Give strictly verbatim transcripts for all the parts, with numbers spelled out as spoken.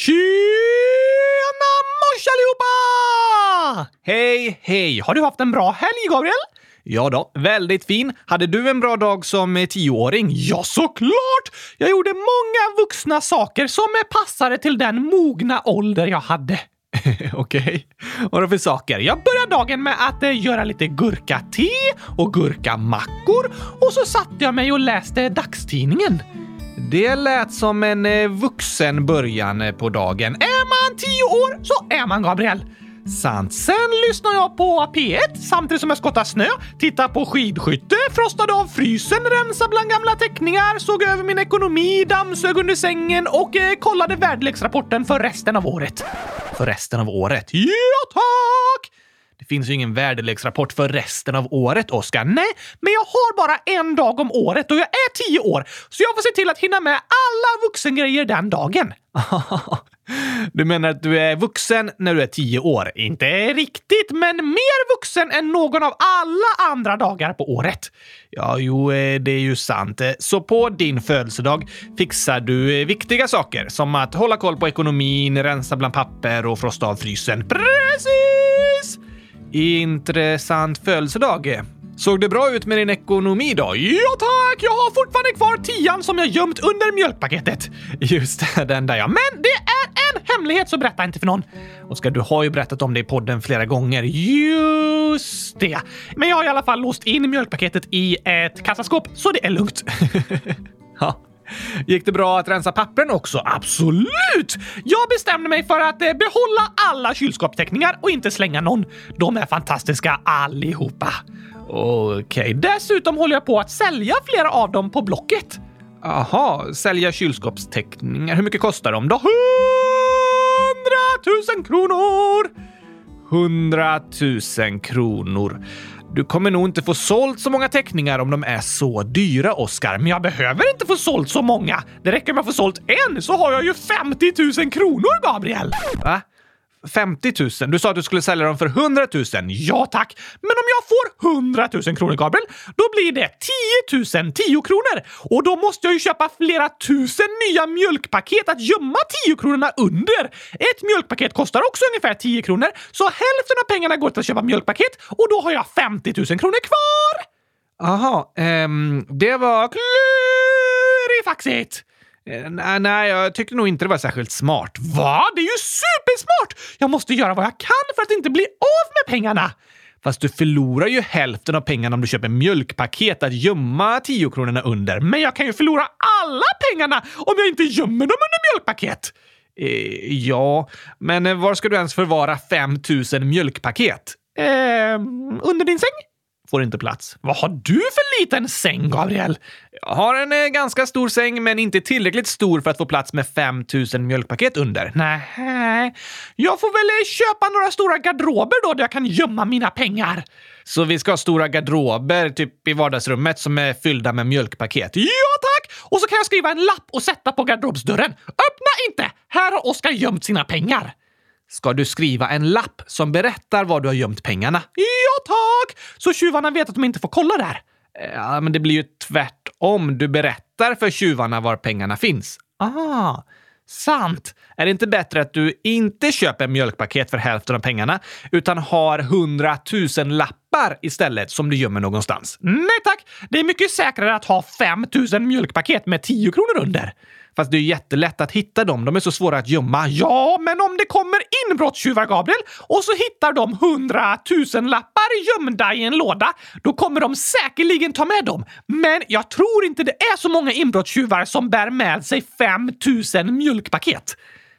Tjena mors allihopa! Hej, hej! Har du haft en bra helg, Gabriel? Ja då, väldigt fin. Hade du en bra dag som tioåring? Ja, såklart! Jag gjorde många vuxna saker som passade till den mogna ålder jag hade. Okej, okay. Vad är det för saker? Jag började dagen med att eh, göra lite gurka-te och gurkamackor och så satte jag mig och läste dagstidningen. Det lät som en eh, vuxen början på dagen. Är man tio år så är man Gabriel. Sant. Sen lyssnar jag på P ett samtidigt som jag skottar snö, tittar på skidskytte, frostade av frysen, rensade bland gamla teckningar, såg över min ekonomi, dammsög under sängen och eh, kollade väderleksrapporten för resten av året. För resten av året? Ja, tack! Det finns ju ingen väderleksrapport för resten av året, Oskar. Nej, men jag har bara en dag om året och jag är tio år, så jag får se till att hinna med alla vuxengrejer den dagen. Du menar att du är vuxen när du är tio år? Inte riktigt, men mer vuxen än någon av alla andra dagar på året. Ja, jo, det är ju sant. Så på din födelsedag fixar du viktiga saker som att hålla koll på ekonomin, rensa bland papper och frosta av frysen. Precis! Intressant födelsedag. Såg det bra ut med din ekonomi då? Ja tack, jag har fortfarande kvar tian som jag gömt under mjölkpaketet. Just det, den där ja. Men det är en hemlighet, så berätta inte för någon. Oskar, du har ju berättat om det i podden flera gånger. Just det. Men jag har i alla fall låst in mjölkpaketet i ett kassaskåp, så det är lugnt. Ja. Gick det bra att rensa pappren också? Absolut! Jag bestämde mig för att behålla alla kylskåpsteckningar och inte slänga någon. De är fantastiska allihopa. Okej, okay. Dessutom håller jag på att sälja flera av dem på Blocket. Aha, sälja kylskåpsteckningar. Hur mycket kostar de då? Hundratusen kronor! Hundratusen kronor. Du kommer nog inte få sålt så många teckningar om de är så dyra, Oskar. Men jag behöver inte få sålt så många. Det räcker med att få sålt en, så har jag ju femtio tusen kronor, Gabriel. Va? femtio tusen? Du sa att du skulle sälja dem för hundra tusen. Ja tack. Men om jag får hundra tusen kronor, Gabriel, då blir det tio tusen tio kronor. Och då måste jag ju köpa flera tusen nya mjölkpaket att gömma tio kronorna under. Ett mjölkpaket kostar också ungefär tio kronor. Så hälften av pengarna går till att köpa mjölkpaket. Och då har jag femtio tusen kronor kvar. Aha, ehm, det var klurifaxigt. Nej, nej, jag tyckte nog inte det var särskilt smart. Va? Det är ju supersmart! Jag måste göra vad jag kan för att inte bli av med pengarna. Fast du förlorar ju hälften av pengarna om du köper mjölkpaket att gömma tio kronorna under. Men jag kan ju förlora alla pengarna om jag inte gömmer dem under mjölkpaket. Eh, ja, men var ska du ens förvara fem tusen mjölkpaket? Eh, under din säng? Får inte plats. Vad har du för liten säng, Gabriel? Jag har en eh, ganska stor säng, men inte tillräckligt stor för att få plats med fem tusen mjölkpaket under. Nej, jag får väl köpa några stora garderober då där jag kan gömma mina pengar. Så vi ska ha stora garderober typ i vardagsrummet som är fyllda med mjölkpaket. Ja tack! Och så kan jag skriva en lapp och sätta på garderobsdörren. Öppna inte! Här har Oskar gömt sina pengar. Ska du skriva en lapp som berättar var du har gömt pengarna? Ja tack! Så tjuvarna vet att de inte får kolla där. Ja, men det blir ju tvärtom. Du berättar för tjuvarna var pengarna finns. Ah, sant. Är det inte bättre att du inte köper mjölkpaket för hälften av pengarna utan har hundratusen lappar istället som du gömmer någonstans? Nej tack! Det är mycket säkrare att ha fem tusen mjölkpaket med tio kronor under. Fast det är jättelätt att hitta dem. De är så svåra att gömma. Ja, men om det kommer inbrottstjuvar, Gabriel, och så hittar de hundratusen lappar gömda i en låda, då kommer de säkerligen ta med dem. Men jag tror inte det är så många inbrottstjuvar som bär med sig fem tusen mjölkpaket.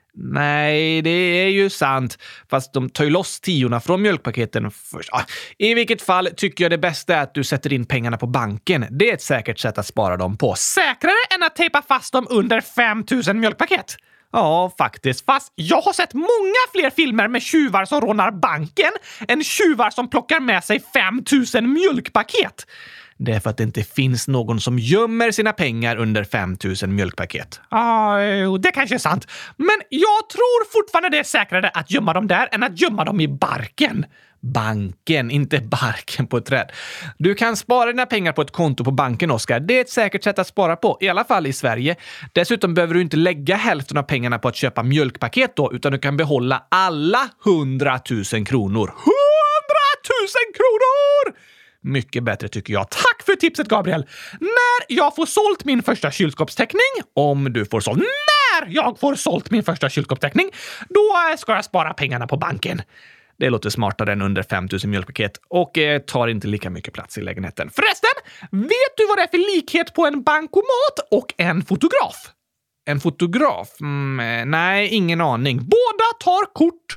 Nej, det är ju sant. Fast de tar ju loss tiorna från mjölkpaketen först. Ah, i vilket fall tycker jag det bästa är att du sätter in pengarna på banken. Det är ett säkert sätt att spara dem på. Säkrare än att tejpa fast dem under fem tusen mjölkpaket. Ja, faktiskt. Fast jag har sett många fler filmer med tjuvar som rånar banken än tjuvar som plockar med sig fem tusen mjölkpaket. Det är för att det inte finns någon som gömmer sina pengar under fem tusen mjölkpaket. Ja, ah, det kanske är sant. Men jag tror fortfarande det är säkrare att gömma dem där än att gömma dem i barken. Banken, inte barken på ett träd. Du kan spara dina pengar på ett konto på banken, Oskar. Det är ett säkert sätt att spara på, i alla fall i Sverige. Dessutom behöver du inte lägga hälften av pengarna på att köpa mjölkpaket då, utan du kan behålla alla hundratusen kronor. Hundratusen kronor! Mycket bättre tycker jag. Tack för tipset, Gabriel. När jag får sålt min första kylskåpstäckning, om du får sålt, när jag får sålt min första kylskåpstäckning, då ska jag spara pengarna på banken. Det låter smartare än under fem tusen mjölkpaket och eh, tar inte lika mycket plats i lägenheten. Förresten, vet du vad det är för likhet på en bankomat och en fotograf? En fotograf? Mm, nej, ingen aning. Båda tar kort.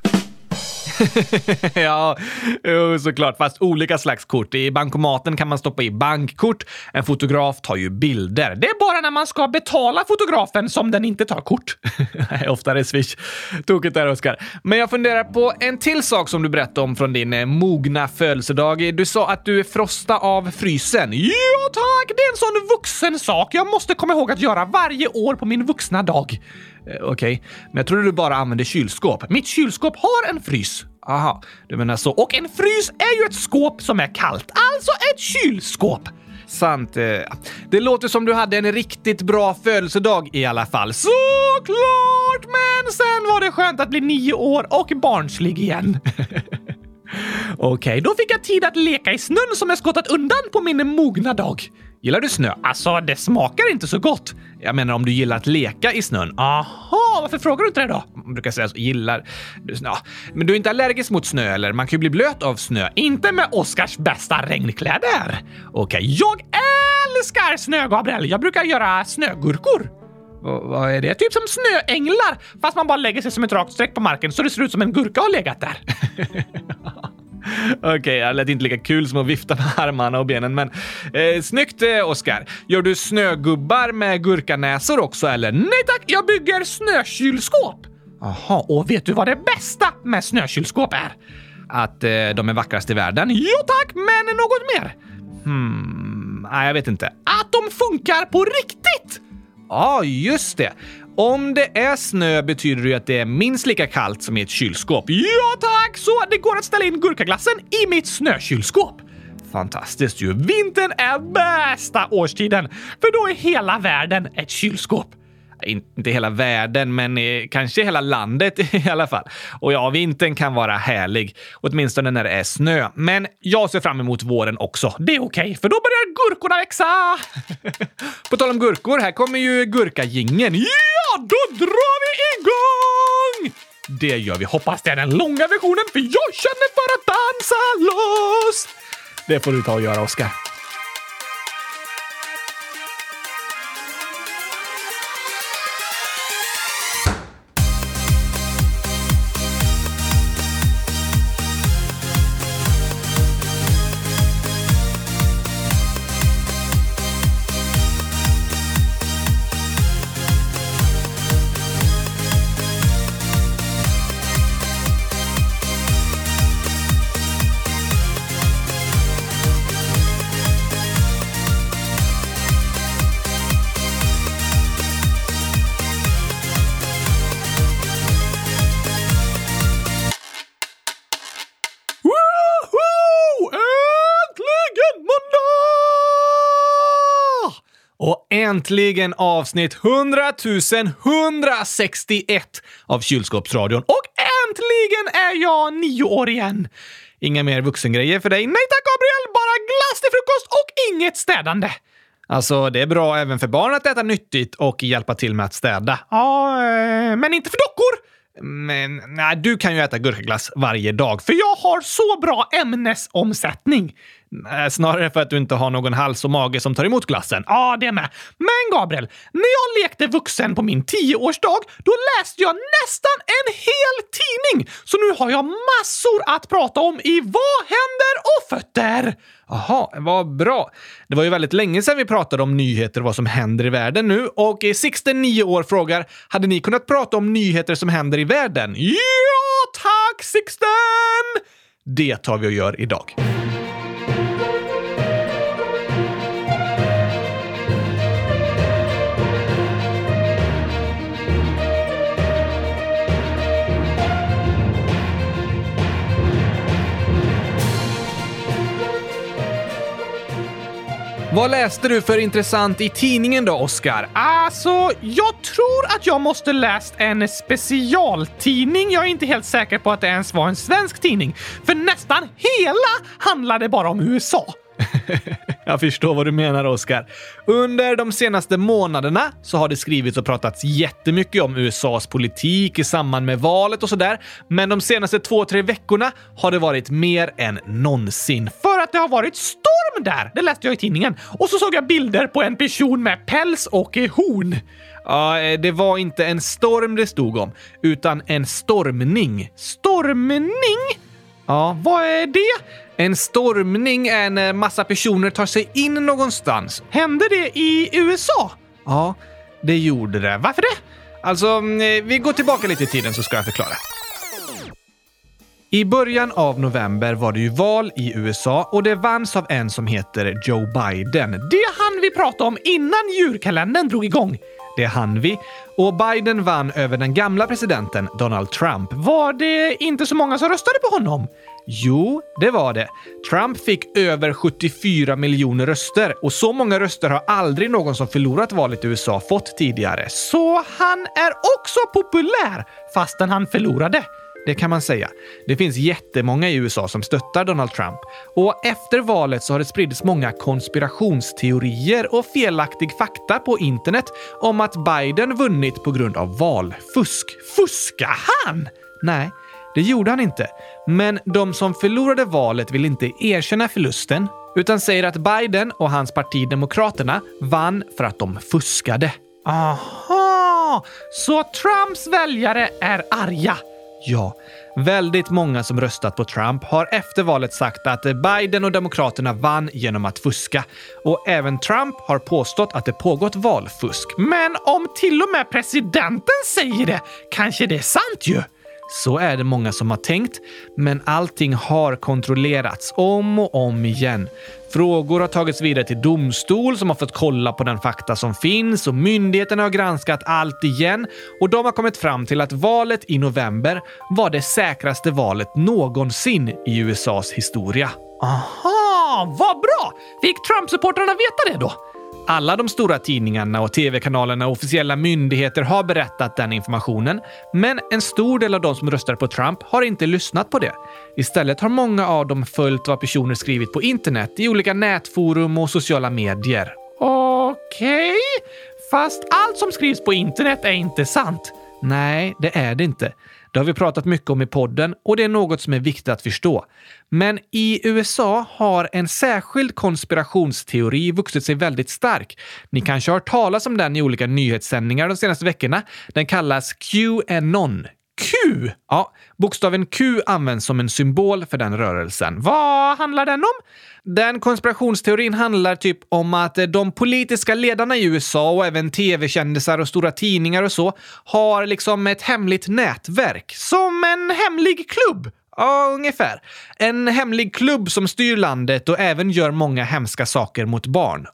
Ja, såklart. Fast olika slags kort. I bankomaten kan man stoppa i bankkort. En fotograf tar ju bilder. Det är bara när man ska betala fotografen som den inte tar kort. Oftare Swish. Tokigt där, Oskar. Men jag funderar på en till sak som du berättade om från din eh, mogna födelsedag. Du sa att du frostade av frysen. Ja, tack! Det är en sån vuxen sak jag måste komma ihåg att göra varje år på min vuxna dag. Eh, Okej, okay. Men jag trodde du bara använde kylskåp. Mitt kylskåp har en frys. Aha, du menar så. Och en frys är ju ett skåp som är kallt. Alltså ett kylskåp. Sant. Eh, det låter som du hade en riktigt bra födelsedag i alla fall. Såklart! Men sen var det skönt att bli nio år och barnslig igen. Okej, okay, då fick jag tid att leka i snön som jag skottat undan på min mogna dag. Gillar du snö? Alltså, det smakar inte så gott. Jag menar om du gillar att leka i snön. Aha, varför frågar du inte det då? Man brukar säga så, gillar du snö. Men du är inte allergisk mot snö, eller? Man kan ju bli blöt av snö. Inte med Oskars bästa regnkläder. Okej, okay, jag älskar snö, Gabriel. Jag brukar göra snögurkor. V- vad är det? Typ som snöänglar. Fast man bara lägger sig som ett rakt streck på marken så det ser ut som en gurka har legat där. Okej, okay, jag lät inte lika kul som att vifta med armarna och benen, men eh, snyggt, eh, Oskar. Gör du snögubbar med gurkanäsor också, eller? Nej tack, jag bygger snökylskåp. Jaha, och vet du vad det bästa med snökylskåp är? Att eh, de är vackrast i världen? Jo tack, men något mer. Hmm, nej, jag vet inte. Att de funkar på riktigt! Ja, ah, just det. Om det är snö betyder det att det är minst lika kallt som i ett kylskåp. Ja tack, så det går att ställa in gurkaglassen i mitt snökylskåp. Fantastiskt ju. Vintern är bästa årstiden, för då är hela världen ett kylskåp. Inte hela världen, men eh, kanske hela landet i alla fall. Och ja, vintern kan vara härlig, åtminstone när det är snö. Men jag ser fram emot våren också. Det är okej, okay, för då börjar gurkorna växa. På tal om gurkor, här kommer ju gurkagingen. Ja, då drar vi igång! Det gör vi. Hoppas det är den långa versionen, för jag känner för att dansa loss. Det får du ta och göra, Oskar. Och äntligen avsnitt hundratusen etthundrasextioett av Kylskåpsradion. Och äntligen är jag nio år igen. Inga mer vuxengrejer för dig. Nej tack, Gabriel, bara glass till frukost och inget städande. Alltså, det är bra även för barn att äta nyttigt och hjälpa till med att städa. Ja, men inte för dockor. Men nej, du kan ju äta gurkaglass varje dag, för jag har så bra ämnesomsättning. Snarare för att du inte har någon hals och mage som tar emot glassen. Ja, det är med. Men Gabriel, när jag lekte vuxen på min tioårsdag, då läste jag nästan en hel tidning. Så nu har jag massor att prata om i Vad händer och fötter. Jaha, vad bra. Det var ju väldigt länge sedan vi pratade om nyheter och vad som händer i världen nu. Och Sixten, nio år, frågar, hade ni kunnat prata om nyheter som händer i världen? Ja, tack Sixten! Det tar vi och gör idag. Vad läste du för intressant i tidningen då, Oscar? Alltså, jag tror att jag måste läst en specialtidning. Jag är inte helt säker på att det ens var en svensk tidning. För nästan hela handlade bara om U S A. Jag förstår vad du menar, Oscar. Under de senaste månaderna så har det skrivits och pratats jättemycket om U S A:s politik i samband med valet och sådär. Men de senaste två, tre veckorna har det varit mer än någonsin. För att det har varit storm där, det läste jag i tidningen. Och så såg jag bilder på en person med päls och horn. Ja, det var inte en storm det stod om, utan en stormning. Stormning? Ja, vad är det? En stormning är en massa personer tar sig in någonstans. Hände det i U S A? Ja, det gjorde det. Varför det? Alltså, vi går tillbaka lite i tiden så ska jag förklara. I början av november var det ju val i U S A och det vanns av en som heter Joe Biden. Det han vi pratade om innan julkalendern drog igång. Det hann vi. Och Biden vann över den gamla presidenten Donald Trump. Var det inte så många som röstade på honom? Jo, det var det. Trump fick över sjuttiofyra miljoner röster och så många röster har aldrig någon som förlorat valet i U S A fått tidigare. Så han är också populär fastän han förlorade. Det kan man säga. Det finns jättemånga i U S A som stöttar Donald Trump. Och efter valet så har det spridits många konspirationsteorier och felaktig fakta på internet om att Biden vunnit på grund av valfusk. Fuska han? Nej, det gjorde han inte. Men de som förlorade valet vill inte erkänna förlusten utan säger att Biden och hans parti Demokraterna vann för att de fuskade. Aha! Så Trumps väljare är arga. Ja, väldigt många som röstat på Trump har efter valet sagt att Biden och Demokraterna vann genom att fuska. Och även Trump har påstått att det pågått valfusk. Men om till och med presidenten säger det, kanske det är sant ju. Så är det många som har tänkt, men allting har kontrollerats om och om igen. Frågor har tagits vidare till domstol som har fått kolla på den fakta som finns och myndigheterna har granskat allt igen och de har kommit fram till att valet i november var det säkraste valet någonsin i U S A:s historia. Aha, vad bra! Fick Trump-supportrarna veta det då? Alla de stora tidningarna och tv-kanalerna och officiella myndigheter har berättat den informationen, men en stor del av de som röstar på Trump har inte lyssnat på det. Istället har många av dem följt vad personer skrivit på internet i olika nätforum och sociala medier. Okej, okay. Fast allt som skrivs på internet är inte sant. Nej, det är det inte. Det har vi pratat mycket om i podden och det är något som är viktigt att förstå. Men i U S A har en särskild konspirationsteori vuxit sig väldigt stark. Ni kanske har hört talas om den i olika nyhetssändningar de senaste veckorna. Den kallas QAnon. Q! Ja, bokstaven Q används som en symbol för den rörelsen. Vad handlar den om? Den konspirationsteorin handlar typ om att de politiska ledarna i U S A och även tv-kändisar och stora tidningar och så har liksom ett hemligt nätverk. Som en hemlig klubb. Ja, ungefär. En hemlig klubb som styr landet och även gör många hemska saker mot barn.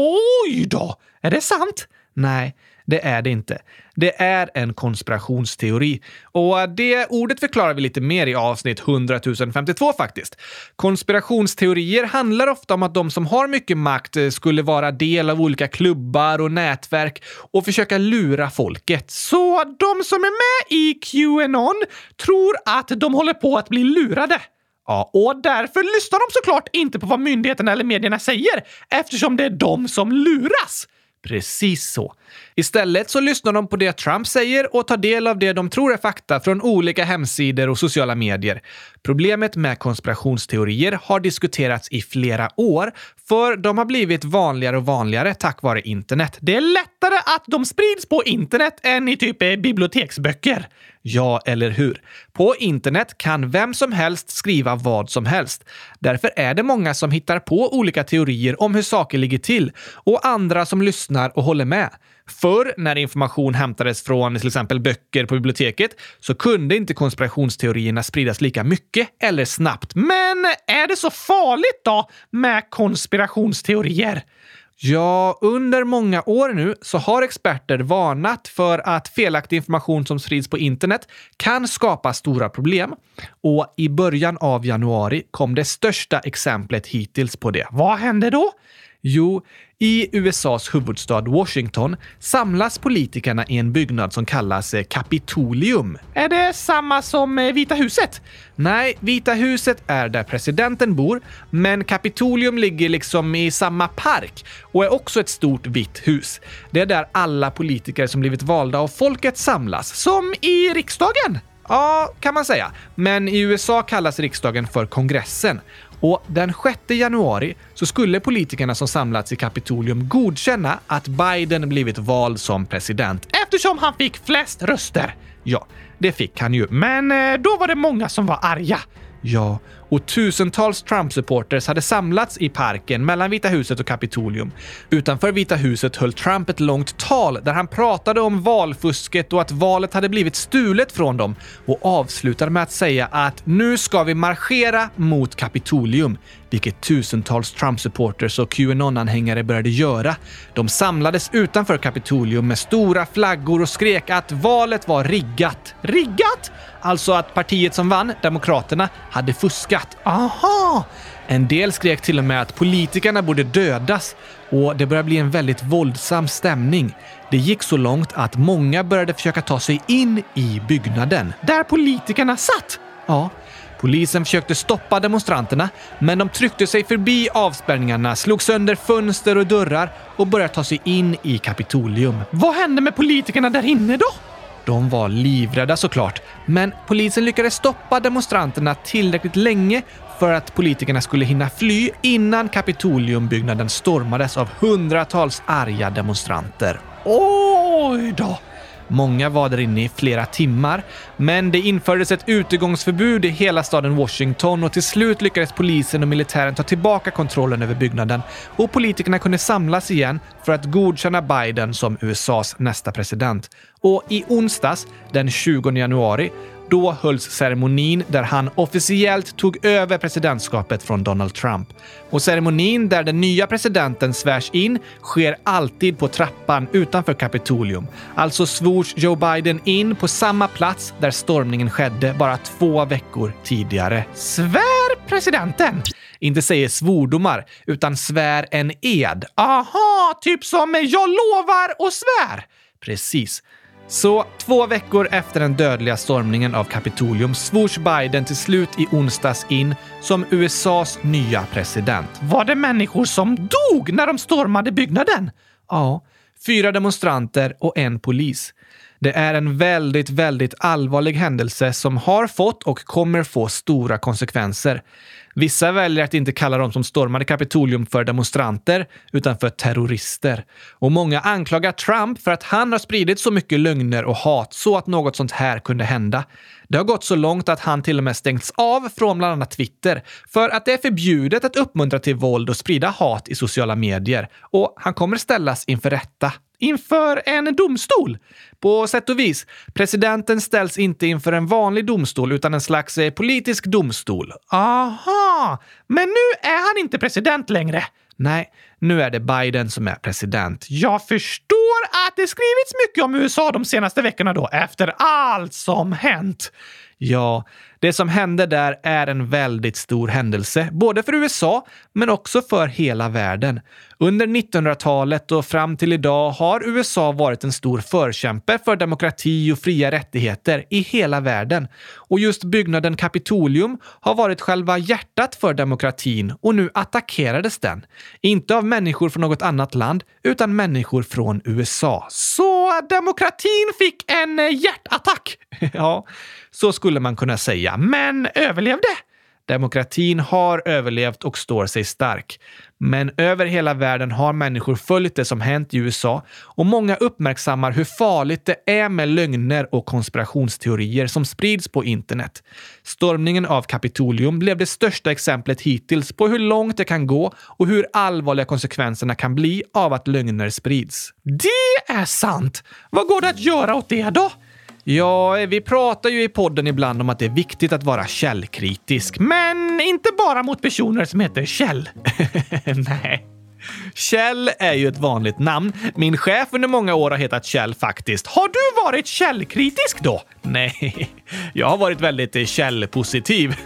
Oj då! Är det sant? Nej, det är det inte. Det är en konspirationsteori. Och det ordet förklarar vi lite mer i avsnitt hundratusen femtiotvå faktiskt. Konspirationsteorier handlar ofta om att de som har mycket makt skulle vara del av olika klubbar och nätverk och försöka lura folket. Så de som är med i QAnon tror att de håller på att bli lurade. Ja, och därför lyssnar de såklart inte på vad myndigheterna eller medierna säger eftersom det är de som luras. Precis så. Istället så lyssnar de på det Trump säger och tar del av det de tror är fakta från olika hemsidor och sociala medier. Problemet med konspirationsteorier har diskuterats i flera år för de har blivit vanligare och vanligare tack vare internet. Det är lättare att de sprids på internet än i typ biblioteksböcker. Ja, eller hur? På internet kan vem som helst skriva vad som helst. Därför är det många som hittar på olika teorier om hur saker ligger till och andra som lyssnar och håller med. Förr, när information hämtades från till exempel böcker på biblioteket, så kunde inte konspirationsteorierna spridas lika mycket eller snabbt. Men är det så farligt då med konspirationsteorier? Ja, under många år nu så har experter varnat för att felaktig information som sprids på internet kan skapa stora problem. Och i början av januari kom det största exemplet hittills på det. Vad hände då? Jo, i U S A:s huvudstad Washington samlas politikerna i en byggnad som kallas Kapitolium. Är det samma som Vita huset? Nej, Vita huset är där presidenten bor, men Kapitolium ligger liksom i samma park och är också ett stort vitt hus. Det är där alla politiker som blivit valda av folket samlas, som i riksdagen. Ja, kan man säga. Men i U S A kallas riksdagen för kongressen. Och den sjätte januari så skulle politikerna som samlats i Kapitolium godkänna att Biden blivit vald som president. Eftersom han fick flest röster. Ja, det fick han ju. Men då var det många som var arga. Ja, och tusentals Trump-supporters hade samlats i parken mellan Vita huset och Kapitolium. Utanför Vita huset höll Trump ett långt tal där han pratade om valfusket och att valet hade blivit stulet från dem och avslutade med att säga att nu ska vi marschera mot Kapitolium, vilket tusentals Trump-supporters och QAnon-anhängare började göra. De samlades utanför Kapitolium med stora flaggor och skrek att valet var riggat. Riggat? Alltså att partiet som vann, Demokraterna, hade fuskat. Aha! En del skrek till och med att politikerna borde dödas och det började bli en väldigt våldsam stämning. Det gick så långt att många började försöka ta sig in i byggnaden. Där politikerna satt? Ja. Polisen försökte stoppa demonstranterna, men de tryckte sig förbi avspärrningarna, slog sönder fönster och dörrar och började ta sig in i Kapitolium. Vad hände med politikerna där inne då? De var livrädda såklart, men polisen lyckades stoppa demonstranterna tillräckligt länge för att politikerna skulle hinna fly innan Kapitoliumbyggnaden stormades av hundratals arga demonstranter. Oj då! Många var där inne i flera timmar, men det infördes ett utegångsförbud i hela staden Washington och till slut lyckades polisen och militären ta tillbaka kontrollen över byggnaden och politikerna kunde samlas igen för att godkänna Biden som U S A:s nästa president. Och i onsdags, den tjugonde januari, då hölls ceremonin där han officiellt tog över presidentskapet från Donald Trump. Och ceremonin där den nya presidenten svärs in sker alltid på trappan utanför Kapitolium. Alltså svors Joe Biden in på samma plats där stormningen skedde bara två veckor tidigare. Svär presidenten! Inte säger svordomar, utan svär en ed. Aha, typ som jag lovar och svär. Precis. Så två veckor efter den dödliga stormningen av Kapitolium svors Biden till slut i onsdags in som U S A:s nya president. Var det människor som dog när de stormade byggnaden? Ja, fyra demonstranter och en polis. Det är en väldigt, väldigt allvarlig händelse som har fått och kommer få stora konsekvenser. Vissa väljer att inte kalla de som stormade Kapitolium för demonstranter utan för terrorister. Och många anklagar Trump för att han har spridit så mycket lögner och hat så att något sånt här kunde hända. Det har gått så långt att han till och med stängts av från bland annat Twitter för att det är förbjudet att uppmuntra till våld och sprida hat i sociala medier. Och han kommer ställas inför rätta. Inför en domstol. På sätt och vis. Presidenten ställs inte inför en vanlig domstol utan en slags politisk domstol. Aha, men nu är han inte president längre. Nej, nu är det Biden som är president. Jag förstår att det skrivits mycket om U S A de senaste veckorna då, efter allt som hänt. Ja, det som hände där är en väldigt stor händelse, både för U S A men också för hela världen. Under nittonhundratalet och fram till idag har U S A varit en stor förkämpe för demokrati och fria rättigheter i hela världen. Och just byggnaden Kapitolium har varit själva hjärtat för demokratin och nu attackerades den. Inte av människor från något annat land utan människor från U S A. Så demokratin fick en hjärtattack. Ja, så skulle man kunna säga. Men överlevde? Demokratin har överlevt och står sig stark. Men över hela världen har människor följt det som hänt i U S A och många uppmärksammar hur farligt det är med lögner och konspirationsteorier som sprids på internet. Stormningen av Kapitolium blev det största exemplet hittills på hur långt det kan gå och hur allvarliga konsekvenserna kan bli av att lögner sprids. Det är sant! Vad går det att göra åt det då? Ja, vi pratar ju i podden ibland om att det är viktigt att vara källkritisk. Men inte bara mot personer som heter Kjell. Nej. Kjell är ju ett vanligt namn. Min chef under många år har hetat Kjell faktiskt. Har du varit källkritisk då? Nej, jag har varit väldigt källpositiv.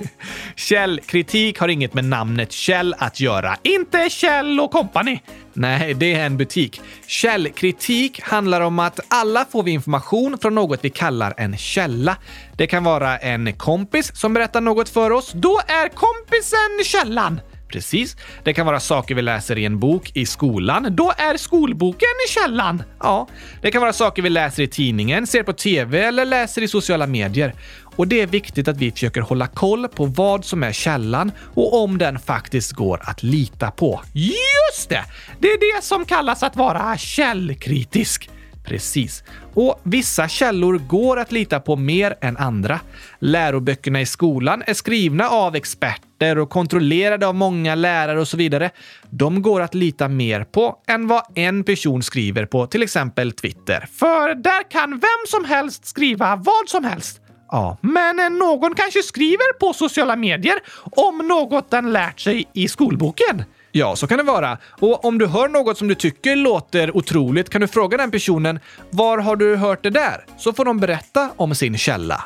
Källkritik har inget med namnet Kjell att göra. Inte Kjell och Company. Nej, det är en butik. Källkritik handlar om att alla får vi information från något vi kallar en källa. Det kan vara en kompis som berättar något för oss. Då är kompisen källan. Precis. Det kan vara saker vi läser i en bok i skolan. Då är skolboken källan. Ja, det kan vara saker vi läser i tidningen, ser på tv eller läser i sociala medier. Och det är viktigt att vi försöker hålla koll på vad som är källan och om den faktiskt går att lita på. Just det! Det är det som kallas att vara källkritisk. Precis. Och vissa källor går att lita på mer än andra. Läroböckerna i skolan är skrivna av experter och kontrollerade av många lärare och så vidare. De går att lita mer på än vad en person skriver på till exempel Twitter. För där kan vem som helst skriva vad som helst. Ja, men någon kanske skriver på sociala medier om något den lärt sig i skolboken. Ja, så kan det vara. Och om du hör något som du tycker låter otroligt kan du fråga den personen, var har du hört det där? Så får de berätta om sin källa.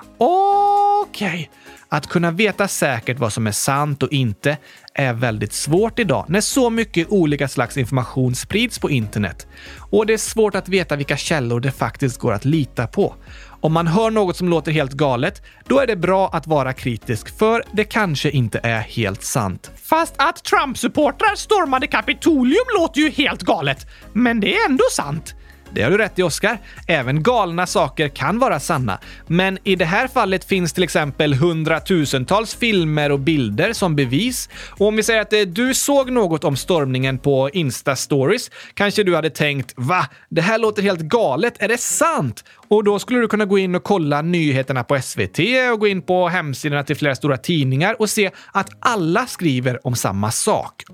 Okej. Okay. Att kunna veta säkert vad som är sant och inte är väldigt svårt idag när så mycket olika slags information sprids på internet. Och det är svårt att veta vilka källor det faktiskt går att lita på. Om man hör något som låter helt galet, då är det bra att vara kritisk för det kanske inte är helt sant. Fast att Trump-supportrar stormade Kapitolium låter ju helt galet, men det är ändå sant. Det har du rätt i, Oscar. Även galna saker kan vara sanna. Men i det här fallet finns till exempel hundratusentals filmer och bilder som bevis. Och om vi säger att du såg något om stormningen på Insta-stories, kanske du hade tänkt, va? Det här låter helt galet. Är det sant? Och då skulle du kunna gå in och kolla nyheterna på S V T och gå in på hemsidorna till flera stora tidningar och se att alla skriver om samma sak.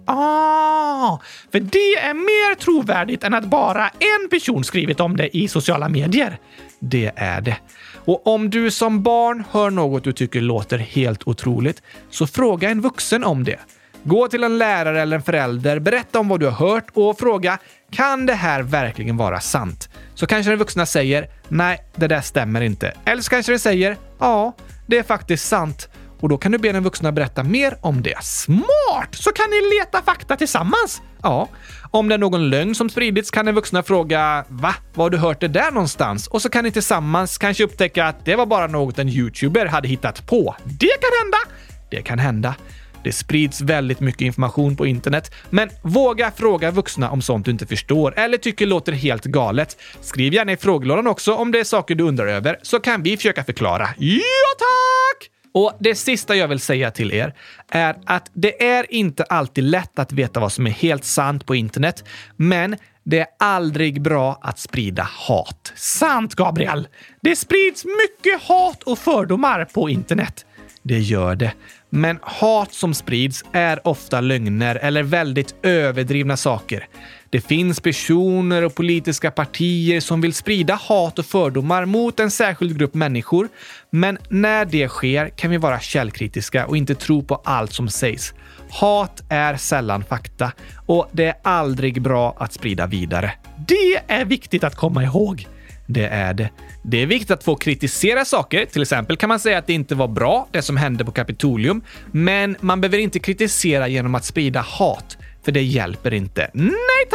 Ah, för det är mer trovärdigt än att bara en person skrivit om det i sociala medier. Det är det. Och om du som barn hör något du tycker låter helt otroligt, så fråga en vuxen om det. Gå till en lärare eller en förälder, berätta om vad du har hört och fråga, kan det här verkligen vara sant? Så kanske den vuxna säger, nej, det där stämmer inte. Eller så kanske den säger, ja, det är faktiskt sant. Och då kan du be den vuxna berätta mer om det. Smart! Så kan ni leta fakta tillsammans. Ja, om det är någon lögn som spridits kan den vuxna fråga, va? Var har du hört det där någonstans? Och så kan ni tillsammans kanske upptäcka att det var bara något en YouTuber hade hittat på. Det kan hända! Det kan hända. Det sprids väldigt mycket information på internet, men våga fråga vuxna om sånt du inte förstår eller tycker låter helt galet. Skriv gärna i frågelådan också om det är saker du undrar över, så kan vi försöka förklara. Ja, tack! Och det sista jag vill säga till er är att det är inte alltid lätt att veta vad som är helt sant på internet, men det är aldrig bra att sprida hat. Sant, Gabriel! Det sprids mycket hat och fördomar på internet. Det gör det. Men hat som sprids är ofta lögner eller väldigt överdrivna saker. Det finns personer och politiska partier som vill sprida hat och fördomar mot en särskild grupp människor. Men när det sker kan vi vara källkritiska och inte tro på allt som sägs. Hat är sällan fakta och det är aldrig bra att sprida vidare. Det är viktigt att komma ihåg. Det är det. Det är viktigt att få kritisera saker. Till exempel kan man säga att det inte var bra, det som hände på Kapitolium. Men man behöver inte kritisera genom att sprida hat. För det hjälper inte. Nej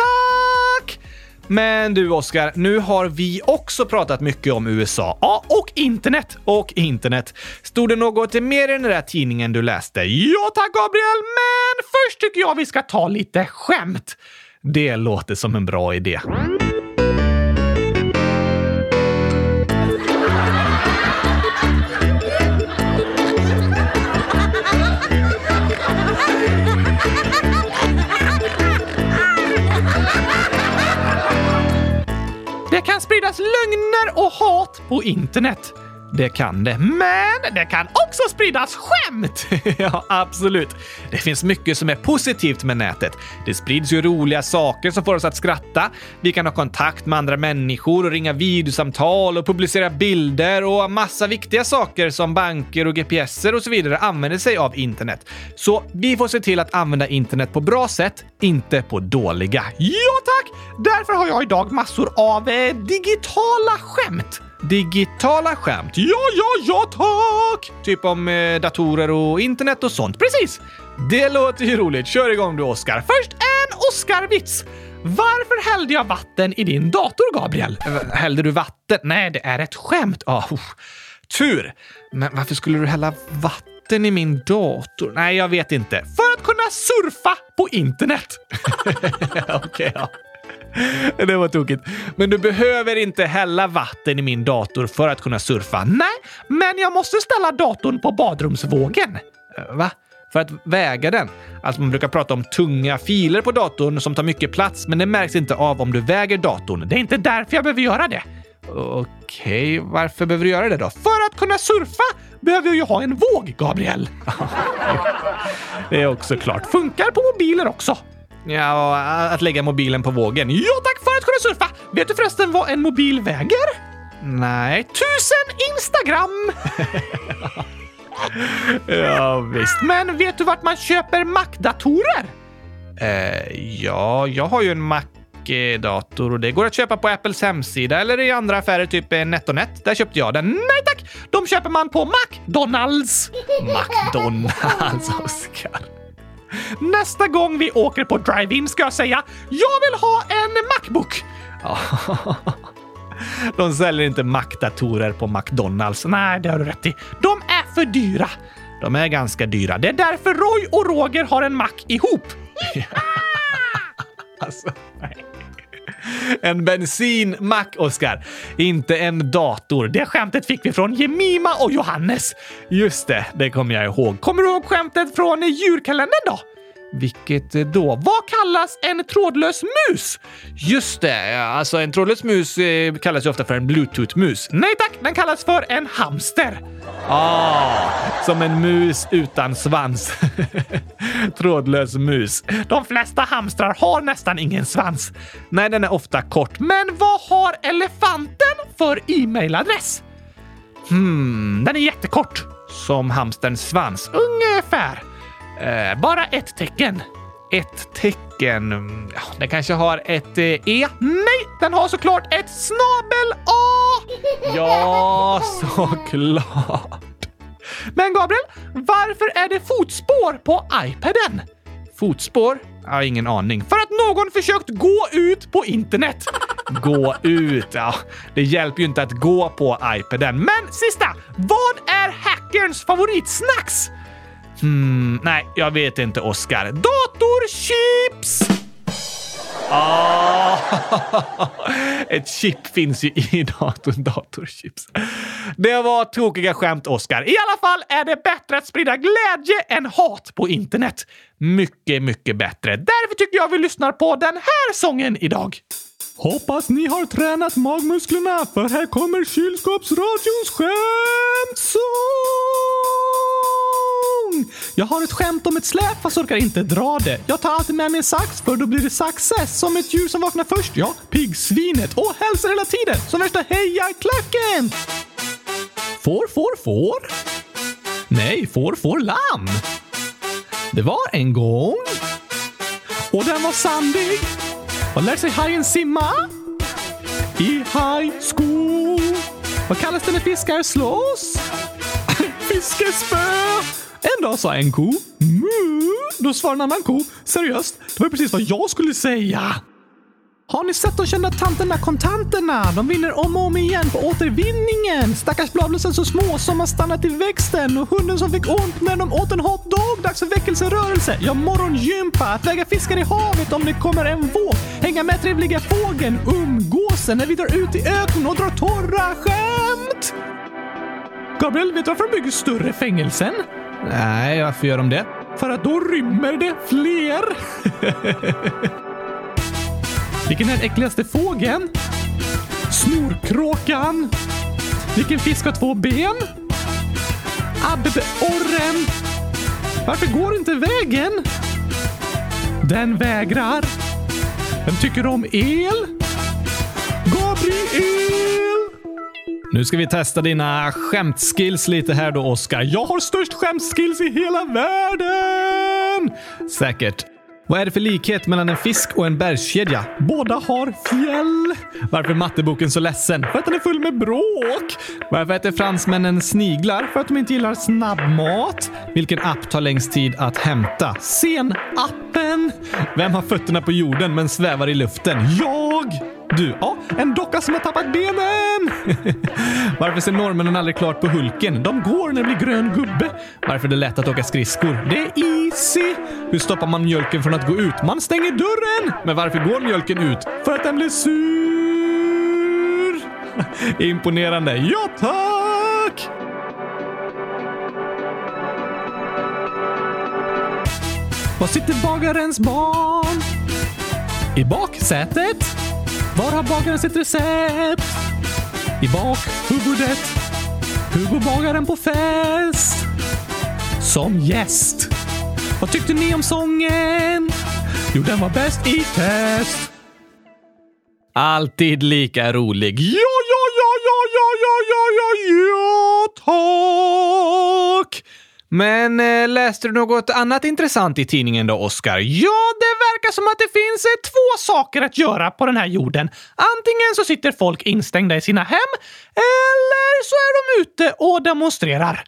tack! Men du, Oscar, nu har vi också pratat mycket om U S A. Ja, och internet. Och internet. Stod det något mer i den där tidningen du läste? Ja tack, Gabriel. Men först tycker jag vi ska ta lite skämt. Det låter som en bra idé. Det kan spridas lögner och hat på internet. Det kan det. Men det kan också spridas skämt! Ja, absolut. Det finns mycket som är positivt med nätet. Det sprids ju roliga saker som får oss att skratta. Vi kan ha kontakt med andra människor och ringa videosamtal och publicera bilder och massa viktiga saker som banker och G P S'er och så vidare använder sig av internet. Så vi får se till att använda internet på bra sätt, inte på dåliga. Ja tack! Därför har jag idag massor av eh, digitala skämt. Digitala skämt? Ja, ja, ja tack! Typ om eh, datorer och internet och sånt. Precis! Det låter ju roligt. Kör igång du, Oskar. Först en Oskar-vits. Varför hällde jag vatten i din dator, Gabriel? Äh, hällde du vatten? Nej, det är ett skämt. Ah, oh. Tur. Men varför skulle du hälla vatten i min dator? Nej, jag vet inte. För att kunna surfa på internet. Okej, okay, ja. Det var tokigt. Men du behöver inte hälla vatten i min dator för att kunna surfa. Nej, men jag måste ställa datorn på badrumsvågen. Va? För att väga den. Alltså man brukar prata om tunga filer på datorn som tar mycket plats, men det märks inte av om du väger datorn. Det är inte därför jag behöver göra det. Okej, varför behöver du göra det då? För att kunna surfa behöver jag ju ha en våg, Gabriel. Det är också klart. Funkar på mobiler också. Ja, att lägga mobilen på vågen. Ja, tack för att kunna surfa. Vet du förresten vad en mobil väger? Nej, tusen Instagram. Ja, visst. Men vet du vart man köper Mac-datorer? Eh, ja, jag har ju en Mac-dator och det går att köpa på Apples hemsida eller i andra affärer, typ NetOnNet. Där köpte jag den. Nej tack, de köper man på McDonalds. McDonalds, Oskar. Nästa gång vi åker på drive-in ska jag säga jag vill ha en Macbook. De säljer inte Mac-datorer på McDonalds. Nej, det har du rätt i. De är för dyra. De är ganska dyra. Det är därför Roy och Roger har en Mac ihop. Alltså, nej. En bensin-Mac, Oskar. Inte en dator. Det skämtet fick vi från Jemima och Johannes. Just det, det kommer jag ihåg. Kommer du ihåg skämtet från djurkalendern då? Vilket då? Vad kallas en trådlös mus? Just det, alltså en trådlös mus eh, kallas ju ofta för en Bluetooth-mus. Nej tack, den kallas för en hamster. Ah, som en mus utan svans. Trådlös mus. De flesta hamstrar har nästan ingen svans. Nej, den är ofta kort. Men vad har elefanten för e-mailadress? Hmm, den är jättekort. Som hamsterns svans. Ungefär. Eh, bara ett tecken. Ett tecken. Ja, den kanske har ett eh, E. Nej, den har såklart ett snabel-A. Ja, såklart. Men Gabriel, varför är det fotspår på iPaden? Fotspår? Jag har ingen aning. För att någon försökt gå ut på internet. Gå ut, ja. Det hjälper ju inte att gå på iPaden. Men sista, vad är hackerns favoritsnacks? Hmm, nej, jag vet inte, Oskar. Datorchips! Ah, ett chip finns ju i datorn, datorchips. Det var tokiga skämt, Oskar. I alla fall är det bättre att sprida glädje än hat på internet. Mycket, mycket bättre. Därför tycker jag vi lyssnar på den här sången idag. Hoppas ni har tränat magmusklerna, för här kommer kylskåpsradions skämtsång. Jag har ett skämt om ett släp fast orkar inte dra det. Jag tar alltid med mig en sax, för då blir det success. Som ett djur som vaknar först, ja, piggsvinet. Och hälsar hela tiden, som värsta hejarklacken. Får, får, får. Nej, får, får, lamm. Det var en gång. Och den var sandig. Och lär sig hajen simma? I high school. Vad kallas det när fiskar slåss? Fiskespö. En dag sa en ko. Mu. Då svarade en annan ko. Seriöst, det var precis vad jag skulle säga. Har ni sett de kända tanterna kontanterna? De vinner om och om igen på återvinningen. Stackars bladlösen så små som har stannat i växten. Och hunden som fick ont när de åt en hotdog. Dags för väckelserörelse. Ja, morgongympa. Att väga fiskar i havet om det kommer en våg. Hänga med trevliga fågeln. Umgåsen när vi drar ut i öknen och drar torra skämt. Gabriel, vet du varför de bygger större fängelsen? Nej, varför gör de det? För att då rymmer det fler. Vilken är den äckligaste fågeln? Snorkråkan. Vilken fisk har två ben? Abborren. Varför går inte vägen? Den vägrar. Vem tycker om el? Gabriel! Nu ska vi testa dina skämtskills lite här då, Oskar. Jag har störst skämtskills i hela världen! Säkert. Vad är det för likhet mellan en fisk och en bergskedja? Båda har fjäll. Varför är matteboken så ledsen? För att den är full med bråk. Varför äter fransmännen sniglar? För att de inte gillar snabbmat. Vilken app tar längst tid att hämta? Sen-appen. Vem har fötterna på jorden men svävar i luften? Jag! Du, ja, en docka som har tappat benen! Varför ser norrmännen aldrig klart på Hulken? De går när det blir grön gubbe. Varför är det lätt att åka skridskor? Det är easy! Hur stoppar man mjölken från att gå ut? Man stänger dörren! Men varför går mjölken ut? För att den blir sur! Imponerande. Ja, tack! Var sitter bagarens barn? I baksätet? Var har bagaren sitt recept? I bakhuvudet. Hur går bagaren på fest? Som gäst. Vad tyckte ni om sången? Jo, den var bäst i test. Alltid lika rolig. Ja, ja, ja, ja, ja, ja, ja, ja, ja, tack! Men äh, läste du något annat intressant i tidningen då, Oskar? Ja, det verkar som att det finns äh, två saker att göra på den här jorden. Antingen så sitter folk instängda i sina hem, eller så är de ute och demonstrerar.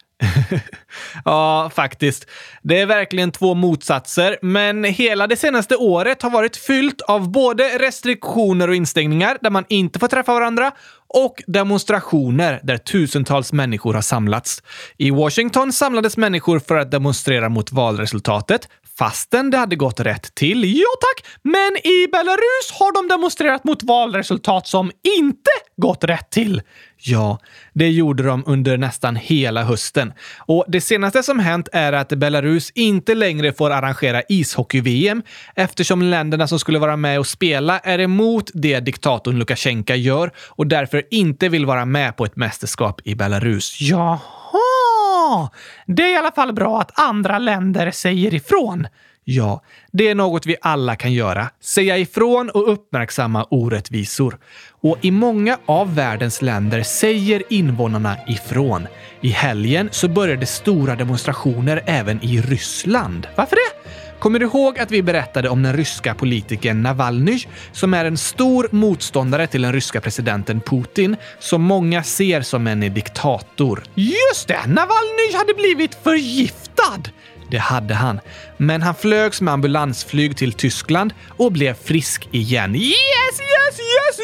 Ja, faktiskt. Det är verkligen två motsatser, men hela det senaste året har varit fyllt av både restriktioner och instängningar där man inte får träffa varandra och demonstrationer där tusentals människor har samlats. I Washington samlades människor för att demonstrera mot valresultatet, fastän det hade gått rätt till. Ja tack, men i Belarus har de demonstrerat mot valresultat som inte gått rätt till. Ja, det gjorde de under nästan hela hösten. Och det senaste som hänt är att Belarus inte längre får arrangera ishockey-V M eftersom länderna som skulle vara med och spela är emot det diktatorn Lukasjenko gör och därför inte vill vara med på ett mästerskap i Belarus. Jaha! Det är i alla fall bra att andra länder säger ifrån. Ja, det är något vi alla kan göra. Säga ifrån och uppmärksamma orättvisor. Och i många av världens länder säger invånarna ifrån. I helgen så började stora demonstrationer även i Ryssland. Varför det? Kommer du ihåg att vi berättade om den ryska politikern Navalny som är en stor motståndare till den ryska presidenten Putin som många ser som en diktator? Just det! Navalny hade blivit förgiftad! Det hade han. Men han flögs med ambulansflyg till Tyskland och blev frisk igen. Yes, yes, yes,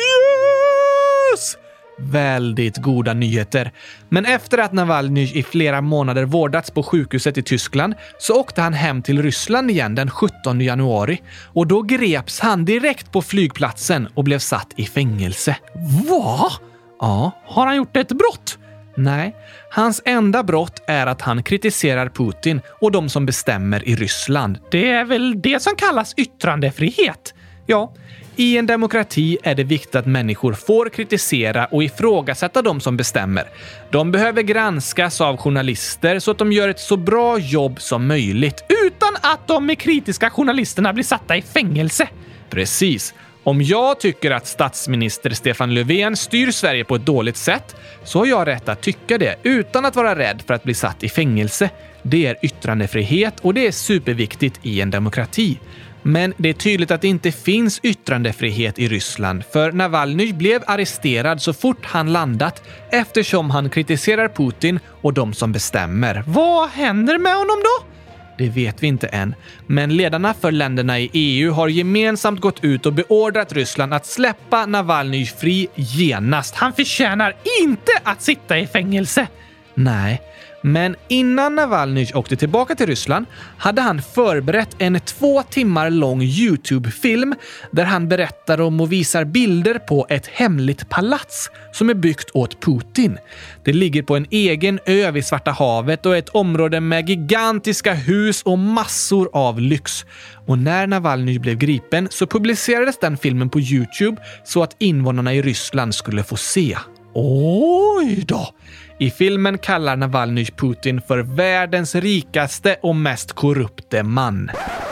yes! Väldigt goda nyheter. Men efter att Navalny i flera månader vårdats på sjukhuset i Tyskland så åkte han hem till Ryssland igen den sjuttonde januari. Och då greps han direkt på flygplatsen och blev satt i fängelse. Va? Ja, har han gjort ett brott? Nej, hans enda brott är att han kritiserar Putin och de som bestämmer i Ryssland. Det är väl det som kallas yttrandefrihet? Ja, i en demokrati är det viktigt att människor får kritisera och ifrågasätta de som bestämmer. De behöver granskas av journalister så att de gör ett så bra jobb som möjligt utan att de med kritiska journalisterna blir satta i fängelse. Precis. Om jag tycker att statsminister Stefan Löfven styr Sverige på ett dåligt sätt så har jag rätt att tycka det utan att vara rädd för att bli satt i fängelse. Det är yttrandefrihet och det är superviktigt i en demokrati. Men det är tydligt att det inte finns yttrandefrihet i Ryssland för Navalny blev arresterad så fort han landat eftersom han kritiserar Putin och de som bestämmer. Vad händer med honom då? Det vet vi inte än. Men ledarna för länderna i E U har gemensamt gått ut och beordrat Ryssland att släppa Navalny fri genast. Han förtjänar inte att sitta i fängelse. Nej, men innan Navalny åkte tillbaka till Ryssland hade han förberett en två timmar lång YouTube-film där han berättar om och visar bilder på ett hemligt palats som är byggt åt Putin. Det ligger på en egen ö vid Svarta havet och ett område med gigantiska hus och massor av lyx. Och när Navalny blev gripen så publicerades den filmen på YouTube så att invånarna i Ryssland skulle få se. Oj då! I filmen kallar Navalnyj Putin för världens rikaste och mest korrupte man.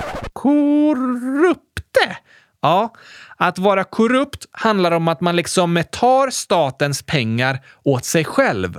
Korrupte? Ja, att vara korrupt handlar om att man liksom tar statens pengar åt sig själv.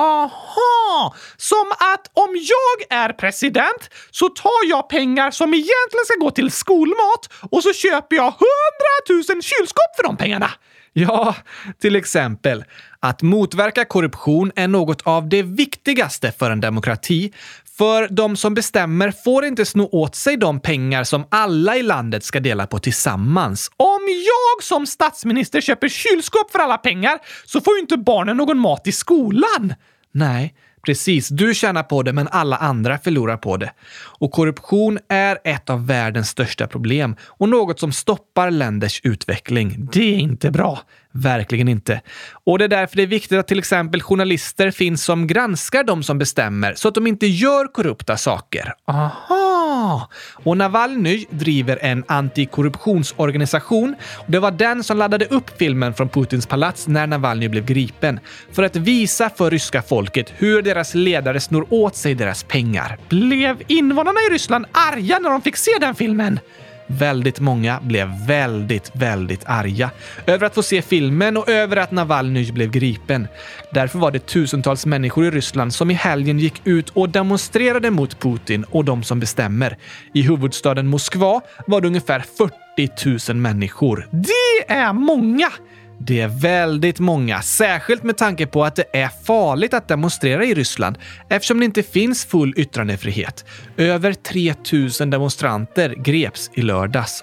Aha! Som att om jag är president så tar jag pengar som egentligen ska gå till skolmat och så köper jag hundratusen kylskåp för de pengarna. Ja, till exempel. Att motverka korruption är något av det viktigaste för en demokrati. För de som bestämmer får inte sno åt sig de pengar som alla i landet ska dela på tillsammans. Om jag som statsminister köper kylskåp för alla pengar så får ju inte barnen någon mat i skolan. Nej, precis. Du tjänar på det men alla andra förlorar på det. Och korruption är ett av världens största problem och något som stoppar länders utveckling. Det är inte bra. Verkligen inte. Och det är därför det är viktigt att till exempel journalister finns som granskar de som bestämmer så att de inte gör korrupta saker. Aha! Och Navalnyj driver en antikorruptionsorganisation. Och det var den som laddade upp filmen från Putins palats när Navalnyj blev gripen för att visa för ryska folket hur deras ledare snor åt sig deras pengar. Blev invånarna i Ryssland arga när de fick se den filmen? Väldigt många blev väldigt, väldigt arga över att få se filmen och över att Navalnyj blev gripen. Därför var det tusentals människor i Ryssland som i helgen gick ut och demonstrerade mot Putin och de som bestämmer. I huvudstaden Moskva var det ungefär fyrtio tusen människor. Det är många! Det är väldigt många, särskilt med tanke på att det är farligt att demonstrera i Ryssland eftersom det inte finns full yttrandefrihet. Över tre tusen demonstranter greps i lördags.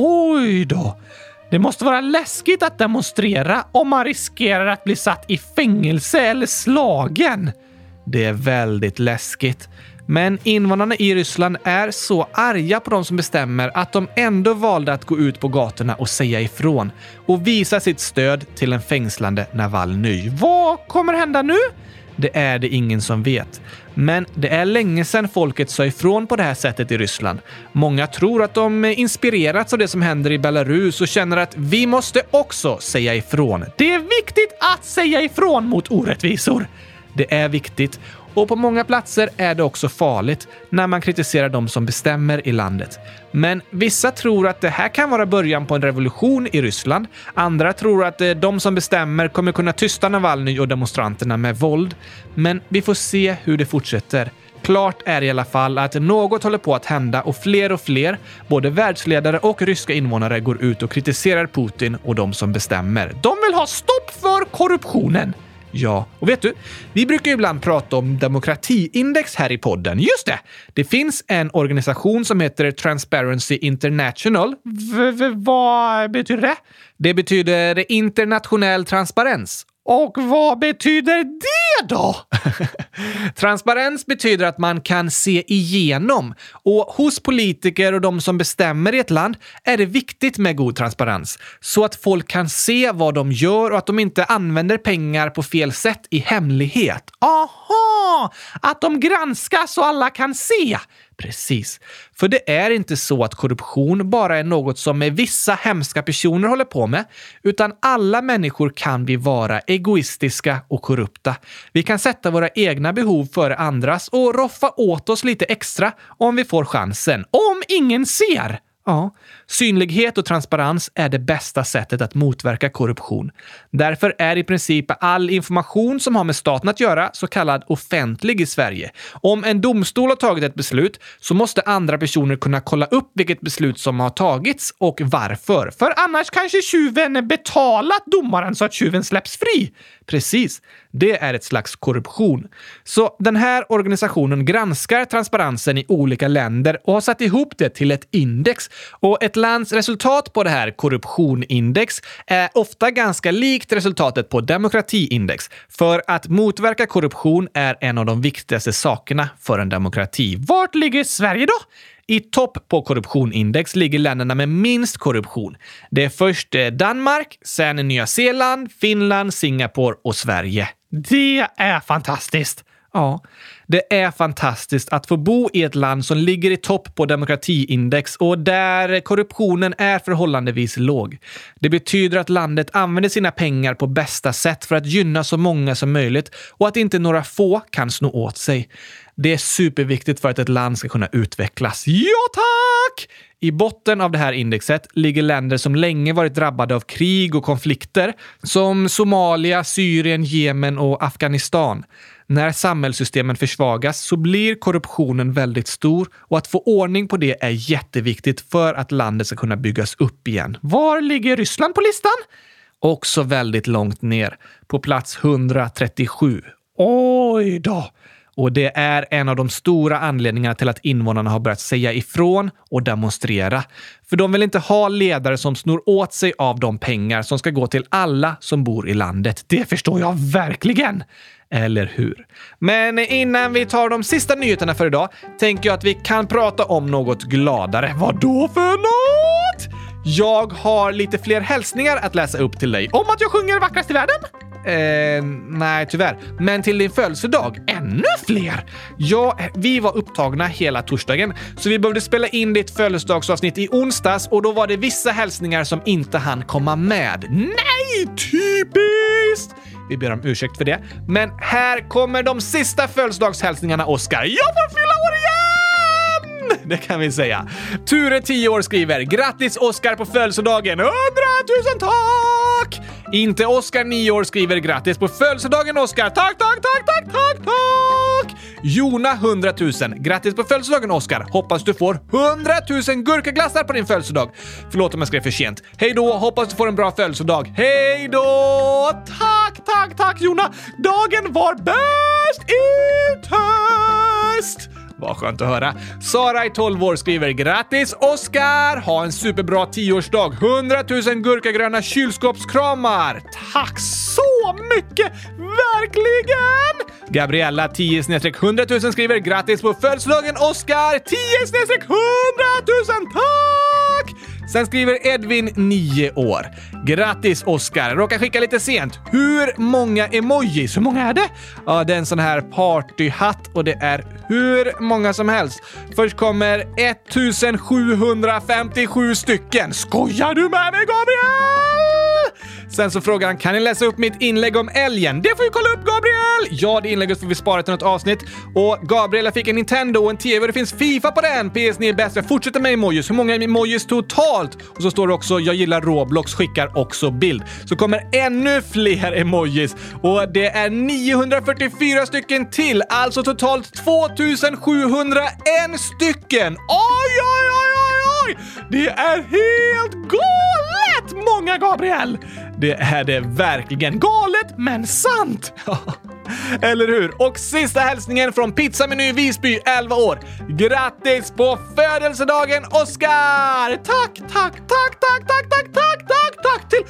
Oj då! Det måste vara läskigt att demonstrera om man riskerar att bli satt i fängelse eller slagen. Det är väldigt läskigt. Men invånarna i Ryssland är så arga på de som bestämmer att de ändå valde att gå ut på gatorna och säga ifrån och visa sitt stöd till en fängslande Navalnyj. Vad kommer hända nu? Det är det ingen som vet. Men det är länge sedan folket sa ifrån på det här sättet i Ryssland. Många tror att de inspirerats av det som händer i Belarus och känner att vi måste också säga ifrån. Det är viktigt att säga ifrån mot orättvisor. Det är viktigt. Och på många platser är det också farligt när man kritiserar de som bestämmer i landet. Men vissa tror att det här kan vara början på en revolution i Ryssland. Andra tror att de som bestämmer kommer kunna tysta Navalnyj och demonstranterna med våld. Men vi får se hur det fortsätter. Klart är i alla fall att något håller på att hända och fler och fler, både världsledare och ryska invånare, går ut och kritiserar Putin och de som bestämmer. De vill ha stopp för korruptionen! Ja, och vet du, vi brukar ju ibland prata om demokratiindex här i podden. Just det! Det finns en organisation som heter Transparency International. V- v- vad betyder det? Det betyder internationell transparens. Och vad betyder det då? Transparens betyder att man kan se igenom. Och hos politiker och de som bestämmer i ett land är det viktigt med god transparens. Så att folk kan se vad de gör och att de inte använder pengar på fel sätt i hemlighet. Aha! Att de granskas så alla kan se. Precis. För det är inte så att korruption bara är något som vissa hemska personer håller på med, utan alla människor kan vi vara egoistiska och korrupta. Vi kan sätta våra egna behov före andras och roffa åt oss lite extra om vi får chansen. Om ingen ser! Ja, synlighet och transparens är det bästa sättet att motverka korruption. Därför är i princip all information som har med staten att göra så kallad offentlig i Sverige. Om en domstol har tagit ett beslut så måste andra personer kunna kolla upp vilket beslut som har tagits och varför. För annars kanske tjuven betalat domaren så att tjuven släpps fri. Precis, det är ett slags korruption. Så den här organisationen granskar transparensen i olika länder och har satt ihop det till ett index. Och ett lands resultat på det här korruptionindex är ofta ganska likt resultatet på demokratiindex. För att motverka korruption är en av de viktigaste sakerna för en demokrati. Vart ligger Sverige då? I topp på korruptionindex ligger länderna med minst korruption. Det är först Danmark, sen Nya Zeeland, Finland, Singapore och Sverige. Det är fantastiskt! Ja, det är fantastiskt att få bo i ett land som ligger i topp på demokratiindex och där korruptionen är förhållandevis låg. Det betyder att landet använder sina pengar på bästa sätt för att gynna så många som möjligt och att inte några få kan sno åt sig. Det är superviktigt för att ett land ska kunna utvecklas. Ja, tack! I botten av det här indexet ligger länder som länge varit drabbade av krig och konflikter som Somalia, Syrien, Jemen och Afghanistan. När samhällssystemen försvagas så blir korruptionen väldigt stor och att få ordning på det är jätteviktigt för att landet ska kunna byggas upp igen. Var ligger Ryssland på listan? Också väldigt långt ner, på plats hundratrettiosju. Oj då! Och det är en av de stora anledningarna till att invånarna har börjat säga ifrån och demonstrera. För de vill inte ha ledare som snor åt sig av de pengar som ska gå till alla som bor i landet. Det förstår jag verkligen! Eller hur? Men innan vi tar de sista nyheterna för idag tänker jag att vi kan prata om något gladare. Vad då för något? Jag har lite fler hälsningar att läsa upp till dig. Om att jag sjunger vackrast i världen? Eh, nej, tyvärr. Men till din födelsedag, ännu fler! Ja, vi var upptagna hela torsdagen, så vi behövde spela in ditt födelsedagsavsnitt i onsdags och då var det vissa hälsningar som inte hann komma med. Nej, typiskt! Vi ber om ursäkt för det. Men här kommer de sista födelsedagshälsningarna, Oskar. Jag får fylla år igen! Det kan vi säga. Ture, tio år, skriver: grattis Oskar på födelsedagen. Hundratusen tack! Inte Oskar, nio år, skriver: grattis på födelsedagen Oskar. Tack, tack, tack, tack, tack, tack! Jona, hundratusen. Grattis på födelsedagen Oskar. Hoppas du får hundratusen gurkaglassar på din födelsedag. Förlåt om jag skrev för sent. Hej då, hoppas du får en bra födelsedag. Hej då! Tack, tack, tack Jona. Dagen var bäst i test. Vad skönt att höra. Sara i tolv år skriver: grattis Oskar! Ha en superbra tioårsdag. hundratusen gurkagröna kylskåpskramar. Tack så mycket! Verkligen! Gabriella, tio hundratusen, skriver: grattis på födelsedagen Oskar! tio hundratusen, tack! Sen skriver Edvin, nio år. Grattis Oskar, råkar skicka lite sent. Hur många emojis? Hur många är det? Ja, det är en sån här partyhatt och det är hur många som helst. Först kommer sjuttonhundrafemtiosju stycken. Skojar du med mig, Gabriel? Sen så frågar han: kan ni läsa upp mitt inlägg om älgen? Det får vi kolla upp, Gabriel! Ja, det inlägget får vi spara till något avsnitt. Och Gabriel, jag fick en Nintendo och en T V och det finns FIFA på den. P S, ni är bäst. Jag fortsätter med emojis. Hur många emojis totalt? Och så står det också: jag gillar Roblox, skickar också bild. Så kommer ännu fler emojis. Och det är niohundrafyrtiofyra stycken till. Alltså totalt tvåtusensjuhundraen stycken. Oj, oj, oj, oj, oj! Det är helt galet många, Gabriel! Det är det verkligen. Galet, men sant! Eller hur? Och sista hälsningen från Pizzameny Visby, elva år. Grattis på födelsedagen, Oskar! Tack, tack, tack, tack, tack, tack, tack, tack, tack till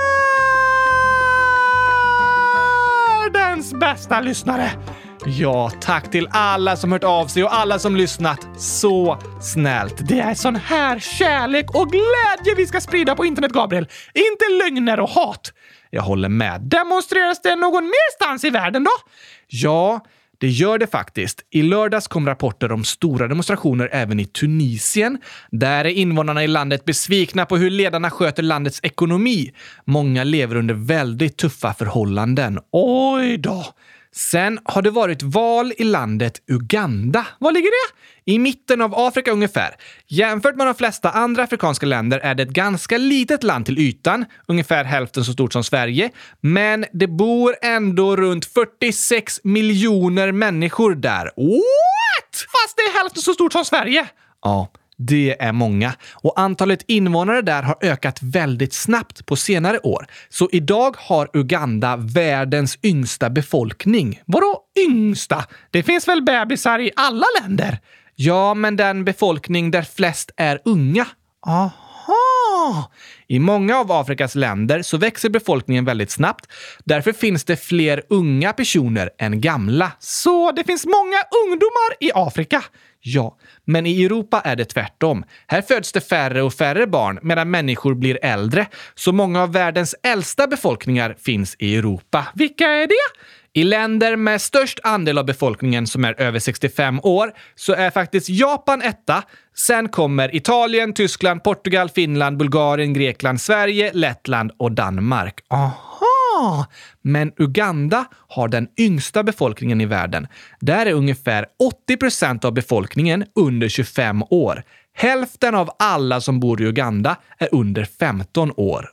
världens bästa lyssnare. Ja, tack till alla som hört av sig och alla som lyssnat. Så snällt. Det är sån här kärlek och glädje vi ska sprida på internet, Gabriel. Inte lögner och hat. Jag håller med. Demonstreras det någon merstans i världen då? Ja, det gör det faktiskt. I lördags kom rapporter om stora demonstrationer även i Tunisien. Där är invånarna i landet besvikna på hur ledarna sköter landets ekonomi. Många lever under väldigt tuffa förhållanden. Oj då! Sen har det varit val i landet Uganda. Var ligger det? I mitten av Afrika ungefär. Jämfört med de flesta andra afrikanska länder är det ett ganska litet land till ytan. Ungefär hälften så stort som Sverige. Men det bor ändå runt fyrtiosex miljoner människor där. What? Fast det är hälften så stort som Sverige. Ja. Det är många. Och antalet invånare där har ökat väldigt snabbt på senare år. Så idag har Uganda världens yngsta befolkning. Vadå yngsta? Det finns väl bebisar i alla länder? Ja, men den befolkning där flest är unga. Aha! I många av Afrikas länder så växer befolkningen väldigt snabbt. Därför finns det fler unga personer än gamla. Så det finns många ungdomar i Afrika? Ja, men i Europa är det tvärtom. Här föds det färre och färre barn medan människor blir äldre. Så många av världens äldsta befolkningar finns i Europa. Vilka är det? I länder med störst andel av befolkningen som är över sextiofem år så är faktiskt Japan etta. Sen kommer Italien, Tyskland, Portugal, Finland, Bulgarien, Grekland, Sverige, Lettland och Danmark. Aha! Men Uganda har den yngsta befolkningen i världen. Där är ungefär åttio procent av befolkningen under tjugofem år. Hälften av alla som bor i Uganda är under femton år.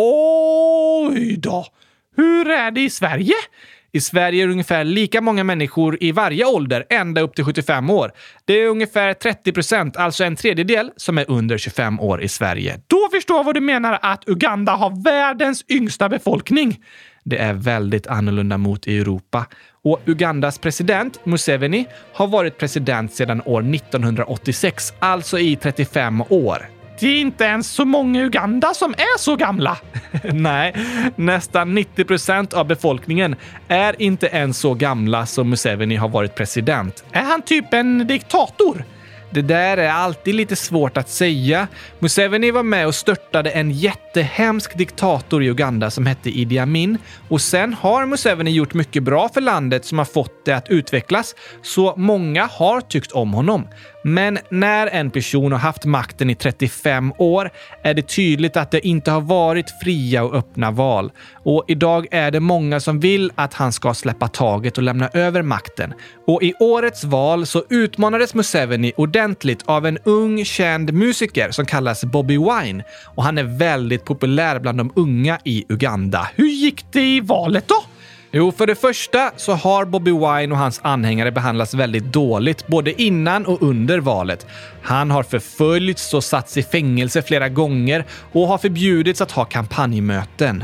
Oj då! Hur är det i Sverige? I Sverige är det ungefär lika många människor i varje ålder, ända upp till sjuttiofem år. Det är ungefär trettio procent, alltså en tredjedel, som är under tjugofem år i Sverige. Då förstår jag vad du menar att Uganda har världens yngsta befolkning. Det är väldigt annorlunda mot i Europa. Och Ugandas president, Museveni, har varit president sedan år nittonhundraåttiosex, alltså i trettiofem år. Det är inte ens så många i Uganda som är så gamla. Nej, nästan nittio procent av befolkningen är inte ens så gamla som Museveni har varit president. Är han typ en diktator? Det där är alltid lite svårt att säga. Museveni var med och störtade en jättehemsk diktator i Uganda som hette Idi Amin. Och sen har Museveni gjort mycket bra för landet som har fått det att utvecklas. Så många har tyckt om honom. Men när en person har haft makten i trettiofem år är det tydligt att det inte har varit fria och öppna val. Och idag är det många som vill att han ska släppa taget och lämna över makten. Och i årets val så utmanades Museveni ordentligt av en ung känd musiker som kallas Bobby Wine. Och han är väldigt populär bland de unga i Uganda. Hur gick det i valet då? Jo, för det första så har Bobby Wine och hans anhängare behandlats väldigt dåligt både innan och under valet. Han har förföljts och satts i fängelse flera gånger och har förbjudits att ha kampanjmöten.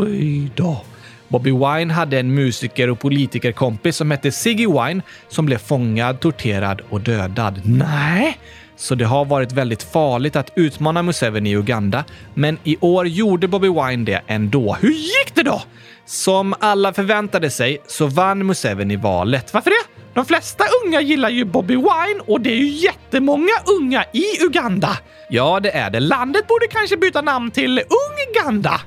Oj då! Bobby Wine hade en musiker och politikerkompis som hette Siggy Wine som blev fångad, torterad och dödad. Nej! Så det har varit väldigt farligt att utmana Museveni i Uganda. Men i år gjorde Bobby Wine det ändå. Hur gick det då? Som alla förväntade sig så vann Museveni valet. Varför det? De flesta unga gillar ju Bobby Wine och det är ju jättemånga unga i Uganda. Ja, det är det. Landet borde kanske byta namn till Unganda.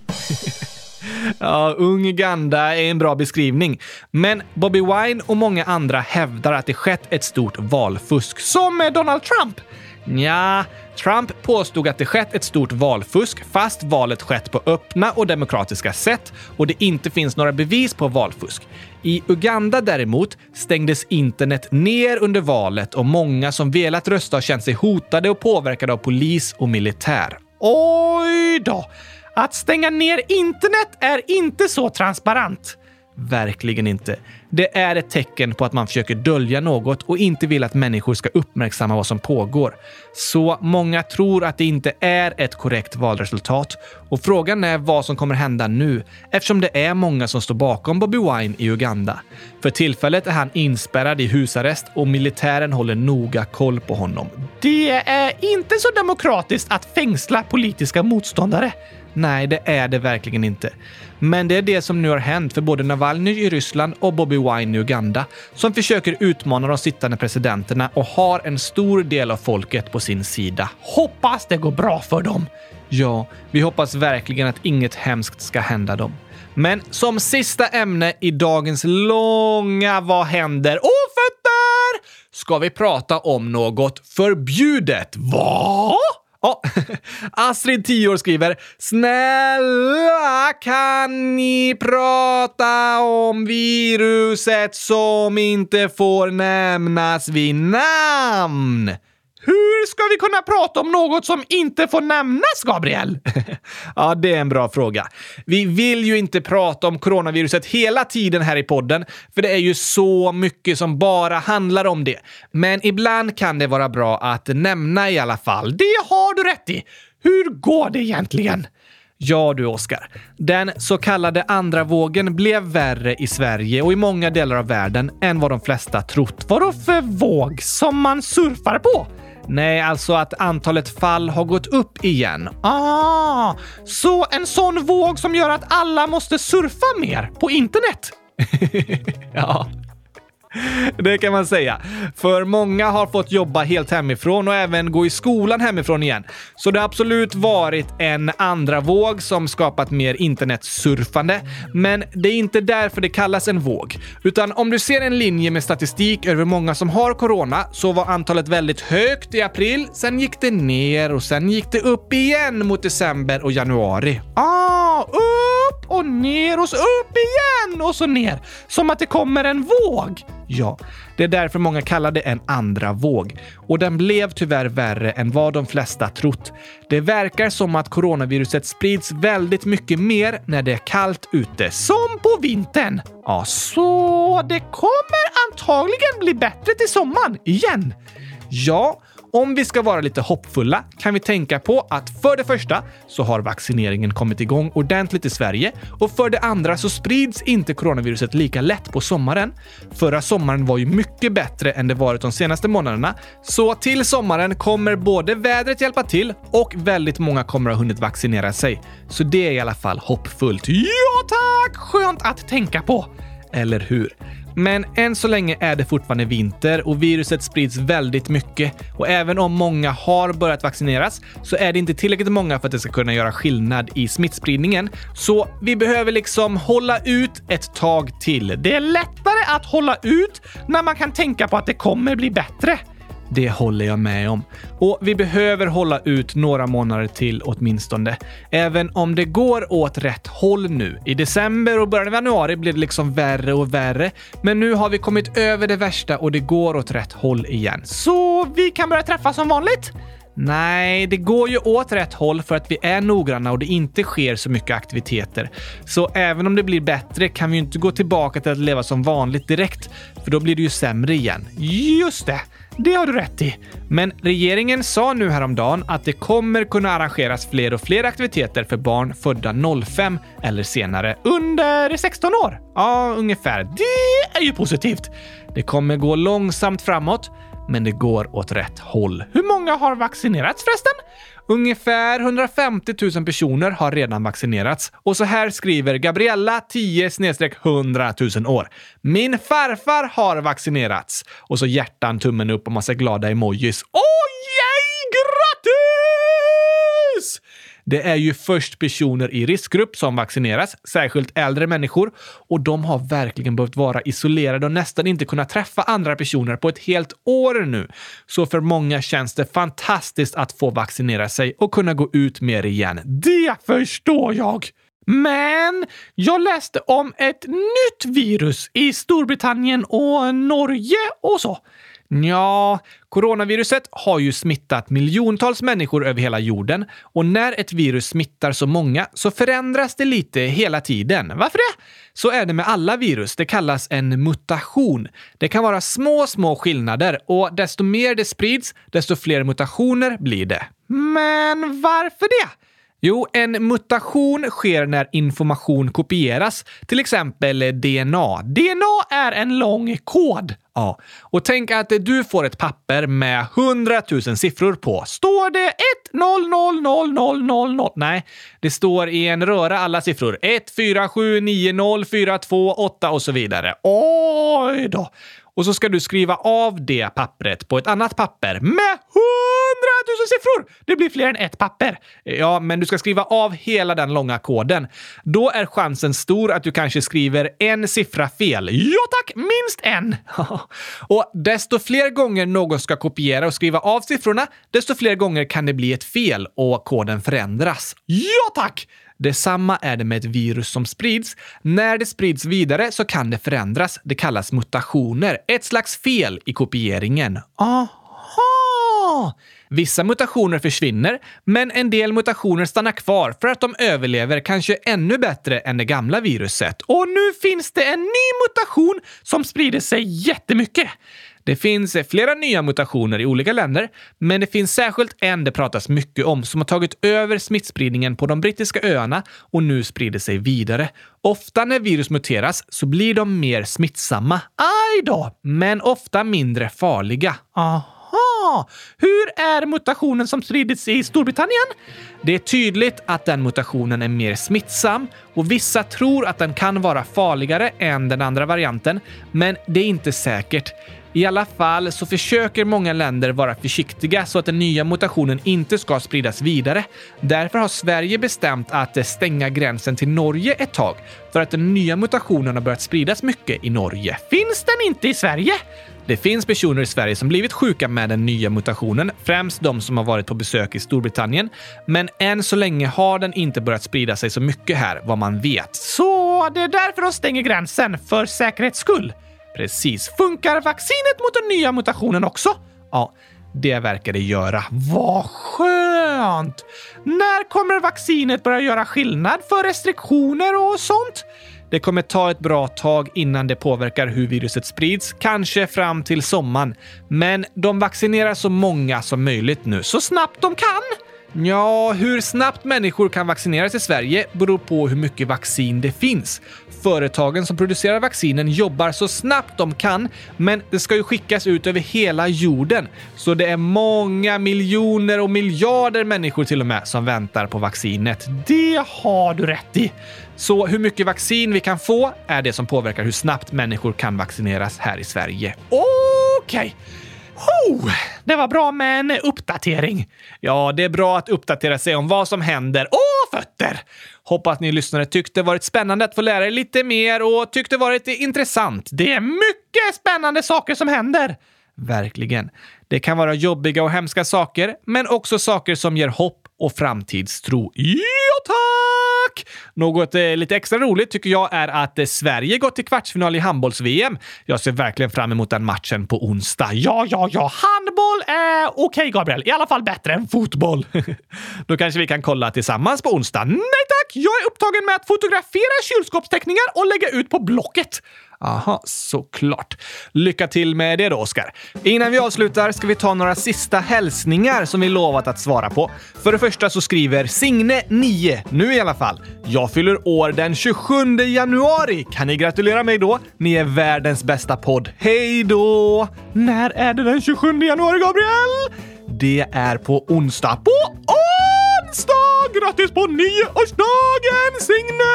Ja, Unganda är en bra beskrivning. Men Bobby Wine och många andra hävdar att det skett ett stort valfusk. Som med Donald Trump. Ja, Trump påstod att det skett ett stort valfusk fast valet skett på öppna och demokratiska sätt och det inte finns några bevis på valfusk. I Uganda däremot stängdes internet ner under valet och många som velat rösta har känt sig hotade och påverkade av polis och militär. Oj då! Att stänga ner internet är inte så transparent. Verkligen inte. Det är ett tecken på att man försöker dölja något och inte vill att människor ska uppmärksamma vad som pågår. Så många tror att det inte är ett korrekt valresultat. Och frågan är vad som kommer hända nu eftersom det är många som står bakom Bobby Wine i Uganda. För tillfället är han inspärrad i husarrest och militären håller noga koll på honom. Det är inte så demokratiskt att fängsla politiska motståndare. Nej, det är det verkligen inte. Men det är det som nu har hänt för både Navalny i Ryssland och Bobby Wine i Uganda som försöker utmana de sittande presidenterna och har en stor del av folket på sin sida. Hoppas det går bra för dem. Ja, vi hoppas verkligen att inget hemskt ska hända dem. Men som sista ämne i dagens långa Vad händer? Och fötter! Ska vi prata om något förbjudet. Vad? Ja, Astrid, tio år, skriver: snälla kan ni prata om viruset som inte får nämnas vid namn? Hur ska vi kunna prata om något som inte får nämnas, Gabriel? Ja, det är en bra fråga. Vi vill ju inte prata om coronaviruset hela tiden här i podden, för det är ju så mycket som bara handlar om det. Men ibland kan det vara bra att nämna i alla fall. Det har du rätt i. Hur går det egentligen? Ja du, Oskar. Den så kallade andra vågen blev värre i Sverige och i många delar av världen än vad de flesta trott. Vadå för våg som man surfar på? Nej, alltså att antalet fall har gått upp igen. Ah, så en sån våg som gör att alla måste surfa mer på internet? Ja. Det kan man säga. För många har fått jobba helt hemifrån och även gå i skolan hemifrån igen. Så det har absolut varit en andra våg som skapat mer internetsurfande. Men det är inte därför det kallas en våg. Utan om du ser en linje med statistik över många som har corona så var antalet väldigt högt i april. Sen gick det ner och sen gick det upp igen mot december och januari. Ah, upp och ner och så upp igen och så ner. Som att det kommer en våg. Ja, det är därför många kallar det en andra våg. Och den blev tyvärr värre än vad de flesta trott. Det verkar som att coronaviruset sprids väldigt mycket mer när det är kallt ute. Som på vintern. Ja, så det kommer antagligen bli bättre till sommaren igen. Ja, om vi ska vara lite hoppfulla kan vi tänka på att för det första så har vaccineringen kommit igång ordentligt i Sverige och för det andra så sprids inte coronaviruset lika lätt på sommaren. Förra sommaren var ju mycket bättre än det varit de senaste månaderna, så till sommaren kommer både vädret hjälpa till och väldigt många kommer ha hunnit vaccinera sig. Så det är i alla fall hoppfullt. Ja tack! Skönt att tänka på! Eller hur? Men än så länge är det fortfarande vinter och viruset sprids väldigt mycket. Och även om många har börjat vaccineras så är det inte tillräckligt många för att det ska kunna göra skillnad i smittspridningen. Så vi behöver liksom hålla ut ett tag till. Det är lättare att hålla ut när man kan tänka på att det kommer bli bättre. Det håller jag med om. Och vi behöver hålla ut några månader till åtminstone. Även om det går åt rätt håll nu. I december och början av januari blir det liksom värre och värre. Men nu har vi kommit över det värsta och det går åt rätt håll igen. Så vi kan börja träffas som vanligt? Nej, det går ju åt rätt håll för att vi är noggranna och det inte sker så mycket aktiviteter. Så även om det blir bättre kan vi ju inte gå tillbaka till att leva som vanligt direkt, för då blir det ju sämre igen. Just det, det har du rätt i. Men regeringen sa nu häromdagen att det kommer kunna arrangeras fler och fler aktiviteter för barn födda noll fem eller senare under sexton år. Ja, ungefär. Det är ju positivt. Det kommer gå långsamt framåt. Men det går åt rätt håll. Hur många har vaccinerats förresten? Ungefär hundrafemtio tusen personer har redan vaccinerats. Och så här skriver Gabriella tio hundra tusen år. Min farfar har vaccinerats. Och så hjärtan, tummen upp och massa glada emojis. Åh, yay! Grattis! Det är ju först personer i riskgrupp som vaccineras, särskilt äldre människor, och de har verkligen behövt vara isolerade och nästan inte kunna träffa andra personer på ett helt år nu. Så för många känns det fantastiskt att få vaccinera sig och kunna gå ut mer igen. Det förstår jag! Men jag läste om ett nytt virus i Storbritannien och Norge och så. Ja, coronaviruset har ju smittat miljontals människor över hela jorden och när ett virus smittar så många så förändras det lite hela tiden. Varför det? Så är det med alla virus. Det kallas en mutation. Det kan vara små, små skillnader och desto mer det sprids, desto fler mutationer blir det. Men varför det? Jo, en mutation sker när information kopieras, till exempel D N A. D N A är en lång kod. Ja, och tänk att du får ett papper med hundratusen siffror på. Står det ett noll noll noll noll noll noll? Nej, det står i en röra alla siffror. ett fyra sju nio noll fyra två åtta och så vidare. Oj då! Och så ska du skriva av det pappret på ett annat papper med hundratusen siffror. Det blir fler än ett papper. Ja, men du ska skriva av hela den långa koden. Då är chansen stor att du kanske skriver en siffra fel. Ja tack, minst en. Och desto fler gånger någon ska kopiera och skriva av siffrorna, desto fler gånger kan det bli ett fel och koden förändras. Ja tack! Detsamma är det med ett virus som sprids. När det sprids vidare så kan det förändras. Det kallas mutationer. Ett slags fel i kopieringen. Aha! Vissa mutationer försvinner, men en del mutationer stannar kvar för att de överlever kanske ännu bättre än det gamla viruset. Och nu finns det en ny mutation som sprider sig jättemycket. Det finns flera nya mutationer i olika länder, men det finns särskilt en det pratas mycket om som har tagit över smittspridningen på de brittiska öarna och nu sprider sig vidare. Ofta när virus muteras så blir de mer smittsamma. Aj då! Men ofta mindre farliga. Aha! Jaha, hur är mutationen som spridits i Storbritannien? Det är tydligt att den mutationen är mer smittsam och vissa tror att den kan vara farligare än den andra varianten, men det är inte säkert. I alla fall så försöker många länder vara försiktiga så att den nya mutationen inte ska spridas vidare. Därför har Sverige bestämt att stänga gränsen till Norge ett tag för att den nya mutationen har börjat spridas mycket i Norge. Finns den inte i Sverige? Det finns personer i Sverige som blivit sjuka med den nya mutationen, främst de som har varit på besök i Storbritannien. Men än så länge har den inte börjat sprida sig så mycket här, vad man vet. Så det är därför de stänger gränsen, för säkerhets skull? Precis. Funkar vaccinet mot den nya mutationen också? Ja, det verkar det göra. Vad skönt! När kommer vaccinet börja göra skillnad för restriktioner och sånt? Det kommer ta ett bra tag innan det påverkar hur viruset sprids, kanske fram till sommaren. Men de vaccinerar så många som möjligt nu, så snabbt de kan. Ja, hur snabbt människor kan vaccineras i Sverige beror på hur mycket vaccin det finns. Företagen som producerar vaccinen jobbar så snabbt de kan, men det ska ju skickas ut över hela jorden. Så det är många miljoner och miljarder människor till och med som väntar på vaccinet. Det har du rätt i. Så hur mycket vaccin vi kan få är det som påverkar hur snabbt människor kan vaccineras här i Sverige. Okej. Okay. Oh, det var bra med en uppdatering. Ja, det är bra att uppdatera sig om vad som händer. Åh, fötter! Hoppas ni lyssnare tyckte varit spännande att få lära er lite mer och tyckte varit intressant. Det är mycket spännande saker som händer. Verkligen. Det kan vara jobbiga och hemska saker, men också saker som ger hopp och framtidstro. Ja, tack! Något eh, lite extra roligt tycker jag är att eh, Sverige gått till kvartsfinal i handbolls-V M. Jag ser verkligen fram emot den matchen på onsdag. Ja, ja, ja. Handboll är okej, okay, Gabriel. I alla fall bättre än fotboll. Då kanske vi kan kolla tillsammans på onsdag. Nej tack! Jag är upptagen med att fotografera kylskåpsteckningar och lägga ut på Blocket. Aha, såklart. Lycka till med det då, Oskar. Innan vi avslutar ska vi ta några sista hälsningar som vi lovat att svara på. För det första så skriver Signe nio, nu i alla fall. Jag fyller år den tjugosjunde januari. Kan ni gratulera mig då? Ni är världens bästa podd. Hej då! När är det den tjugosjunde januari, Gabriel? Det är på onsdag. På onsdag! Grattis på nioårsdagen, Signe!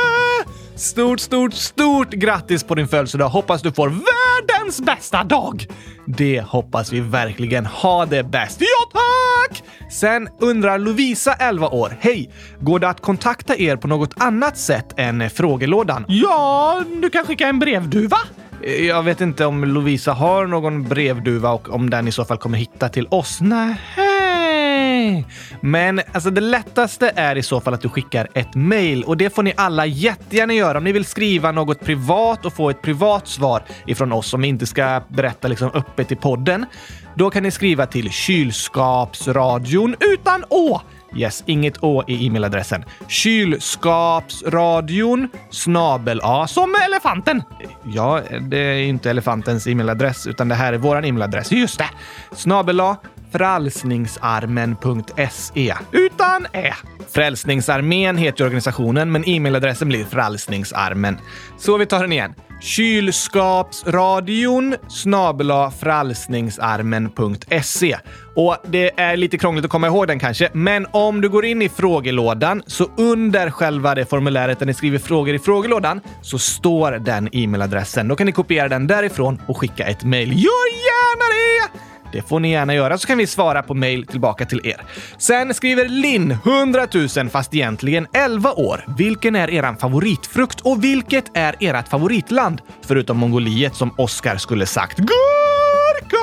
Stort, stort, stort grattis på din födelsedag. Hoppas du får världens bästa dag. Det hoppas vi verkligen. Ha det bäst. Ja, tack! Sen undrar Lovisa, elva år. Hej, går det att kontakta er på något annat sätt än frågelådan? Ja, du kan skicka en brevduva. Jag vet inte om Lovisa har någon brevduva och om den i så fall kommer hitta till oss. Nej. Men alltså det lättaste är i så fall att du skickar ett mejl och det får ni alla jättegärna göra om ni vill skriva något privat och få ett privat svar ifrån oss som vi inte ska berätta liksom öppet i podden. Då kan ni skriva till kylskapsradion utan å. Yes, inget å i e-mailadressen. Kylskapsradion snabel a som elefanten. Ja, det är inte elefantens e-mailadress utan det här är våran e-mailadress. Just det. Snabel a frälsningsarmen punkt se utan ä. Frälsningsarmén heter organisationen men e-mailadressen blir frälsningsarmen. Så vi tar den igen. Kylskapsradion snabel-a frälsningsarmen punkt se. Och det är lite krångligt att komma ihåg den kanske, men om du går in i frågelådan så under själva det formuläret där ni skriver frågor i frågelådan så står den e-mailadressen. Då kan ni kopiera den därifrån och skicka ett mejl. Gör gärna det! Det får ni gärna göra så kan vi svara på mejl tillbaka till er. Sen skriver Linn, hundratusen fast egentligen elva år. Vilken är eran favoritfrukt och vilket är ert favoritland? Förutom Mongoliet som Oskar skulle sagt. Gurka!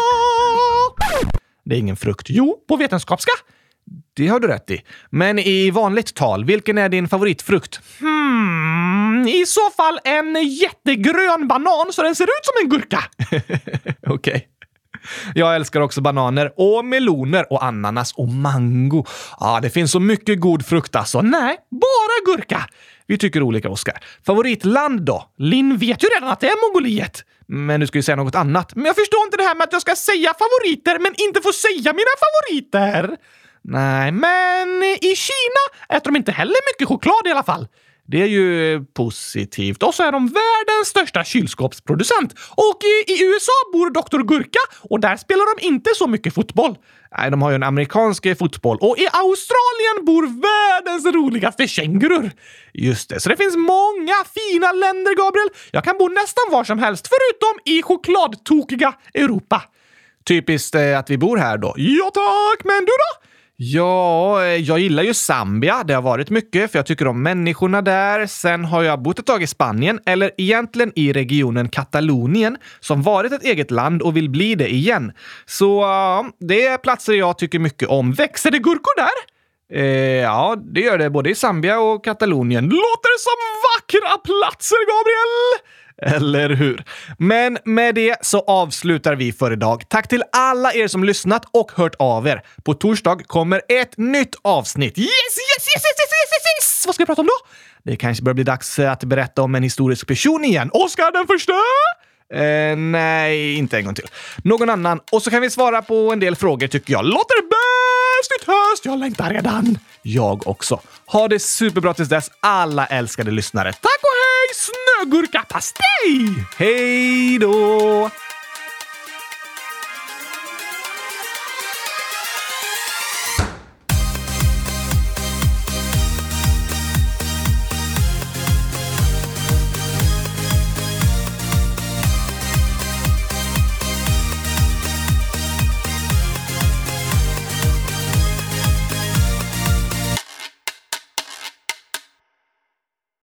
Det är ingen frukt. Jo, på vetenskapska. Det har du rätt i. Men i vanligt tal, vilken är din favoritfrukt? Hmm, i så fall en jättegrön banan så den ser ut som en gurka. Okej. Okay. Jag älskar också bananer och meloner och ananas och mango. Ja, det finns så mycket god frukt alltså. Nej, bara gurka. Vi tycker olika, Oskar. Favoritland då? Linn vet ju redan att det är Mongoliet. Men du ska ju säga något annat. Men jag förstår inte det här med att jag ska säga favoriter men inte få säga mina favoriter. Nej, men i Kina äter de inte heller mycket choklad i alla fall. Det är ju positivt. Och så är de världens största kylskåpsproducent. Och i, i U S A bor doktor Gurka och där spelar de inte så mycket fotboll. Nej, de har ju en amerikansk fotboll. Och i Australien bor världens roligaste kängurur. Just det, så det finns många fina länder, Gabriel. Jag kan bo nästan var som helst förutom i chokladtokiga Europa. Typiskt eh, att vi bor här då. Ja tack, men du då? Ja, jag gillar ju Zambia. Det har varit mycket för jag tycker om människorna där. Sen har jag bott ett tag i Spanien, eller egentligen i regionen Katalonien, som varit ett eget land och vill bli det igen. Så uh, det är platser jag tycker mycket om. Växer det gurkor där? Eh, ja, det gör det både i Zambia och Katalonien. Låter som vackra platser, Gabriel! Eller hur? Men med det så avslutar vi för idag. Tack till alla er som lyssnat och hört av er. På torsdag kommer ett nytt avsnitt. Yes, yes, yes, yes, yes, yes, yes! Vad ska jag prata om då? Det kanske börjar bli dags att berätta om en historisk person igen. Oscar den första? Eh, nej, inte en gång till. Någon annan. Och så kan vi svara på en del frågor tycker jag. Låter det bäst i höst? Jag längtar redan. Jag också. Ha det superbra tills dess, alla älskade lyssnare. Tack och hej, snögurka pastej! Hej då!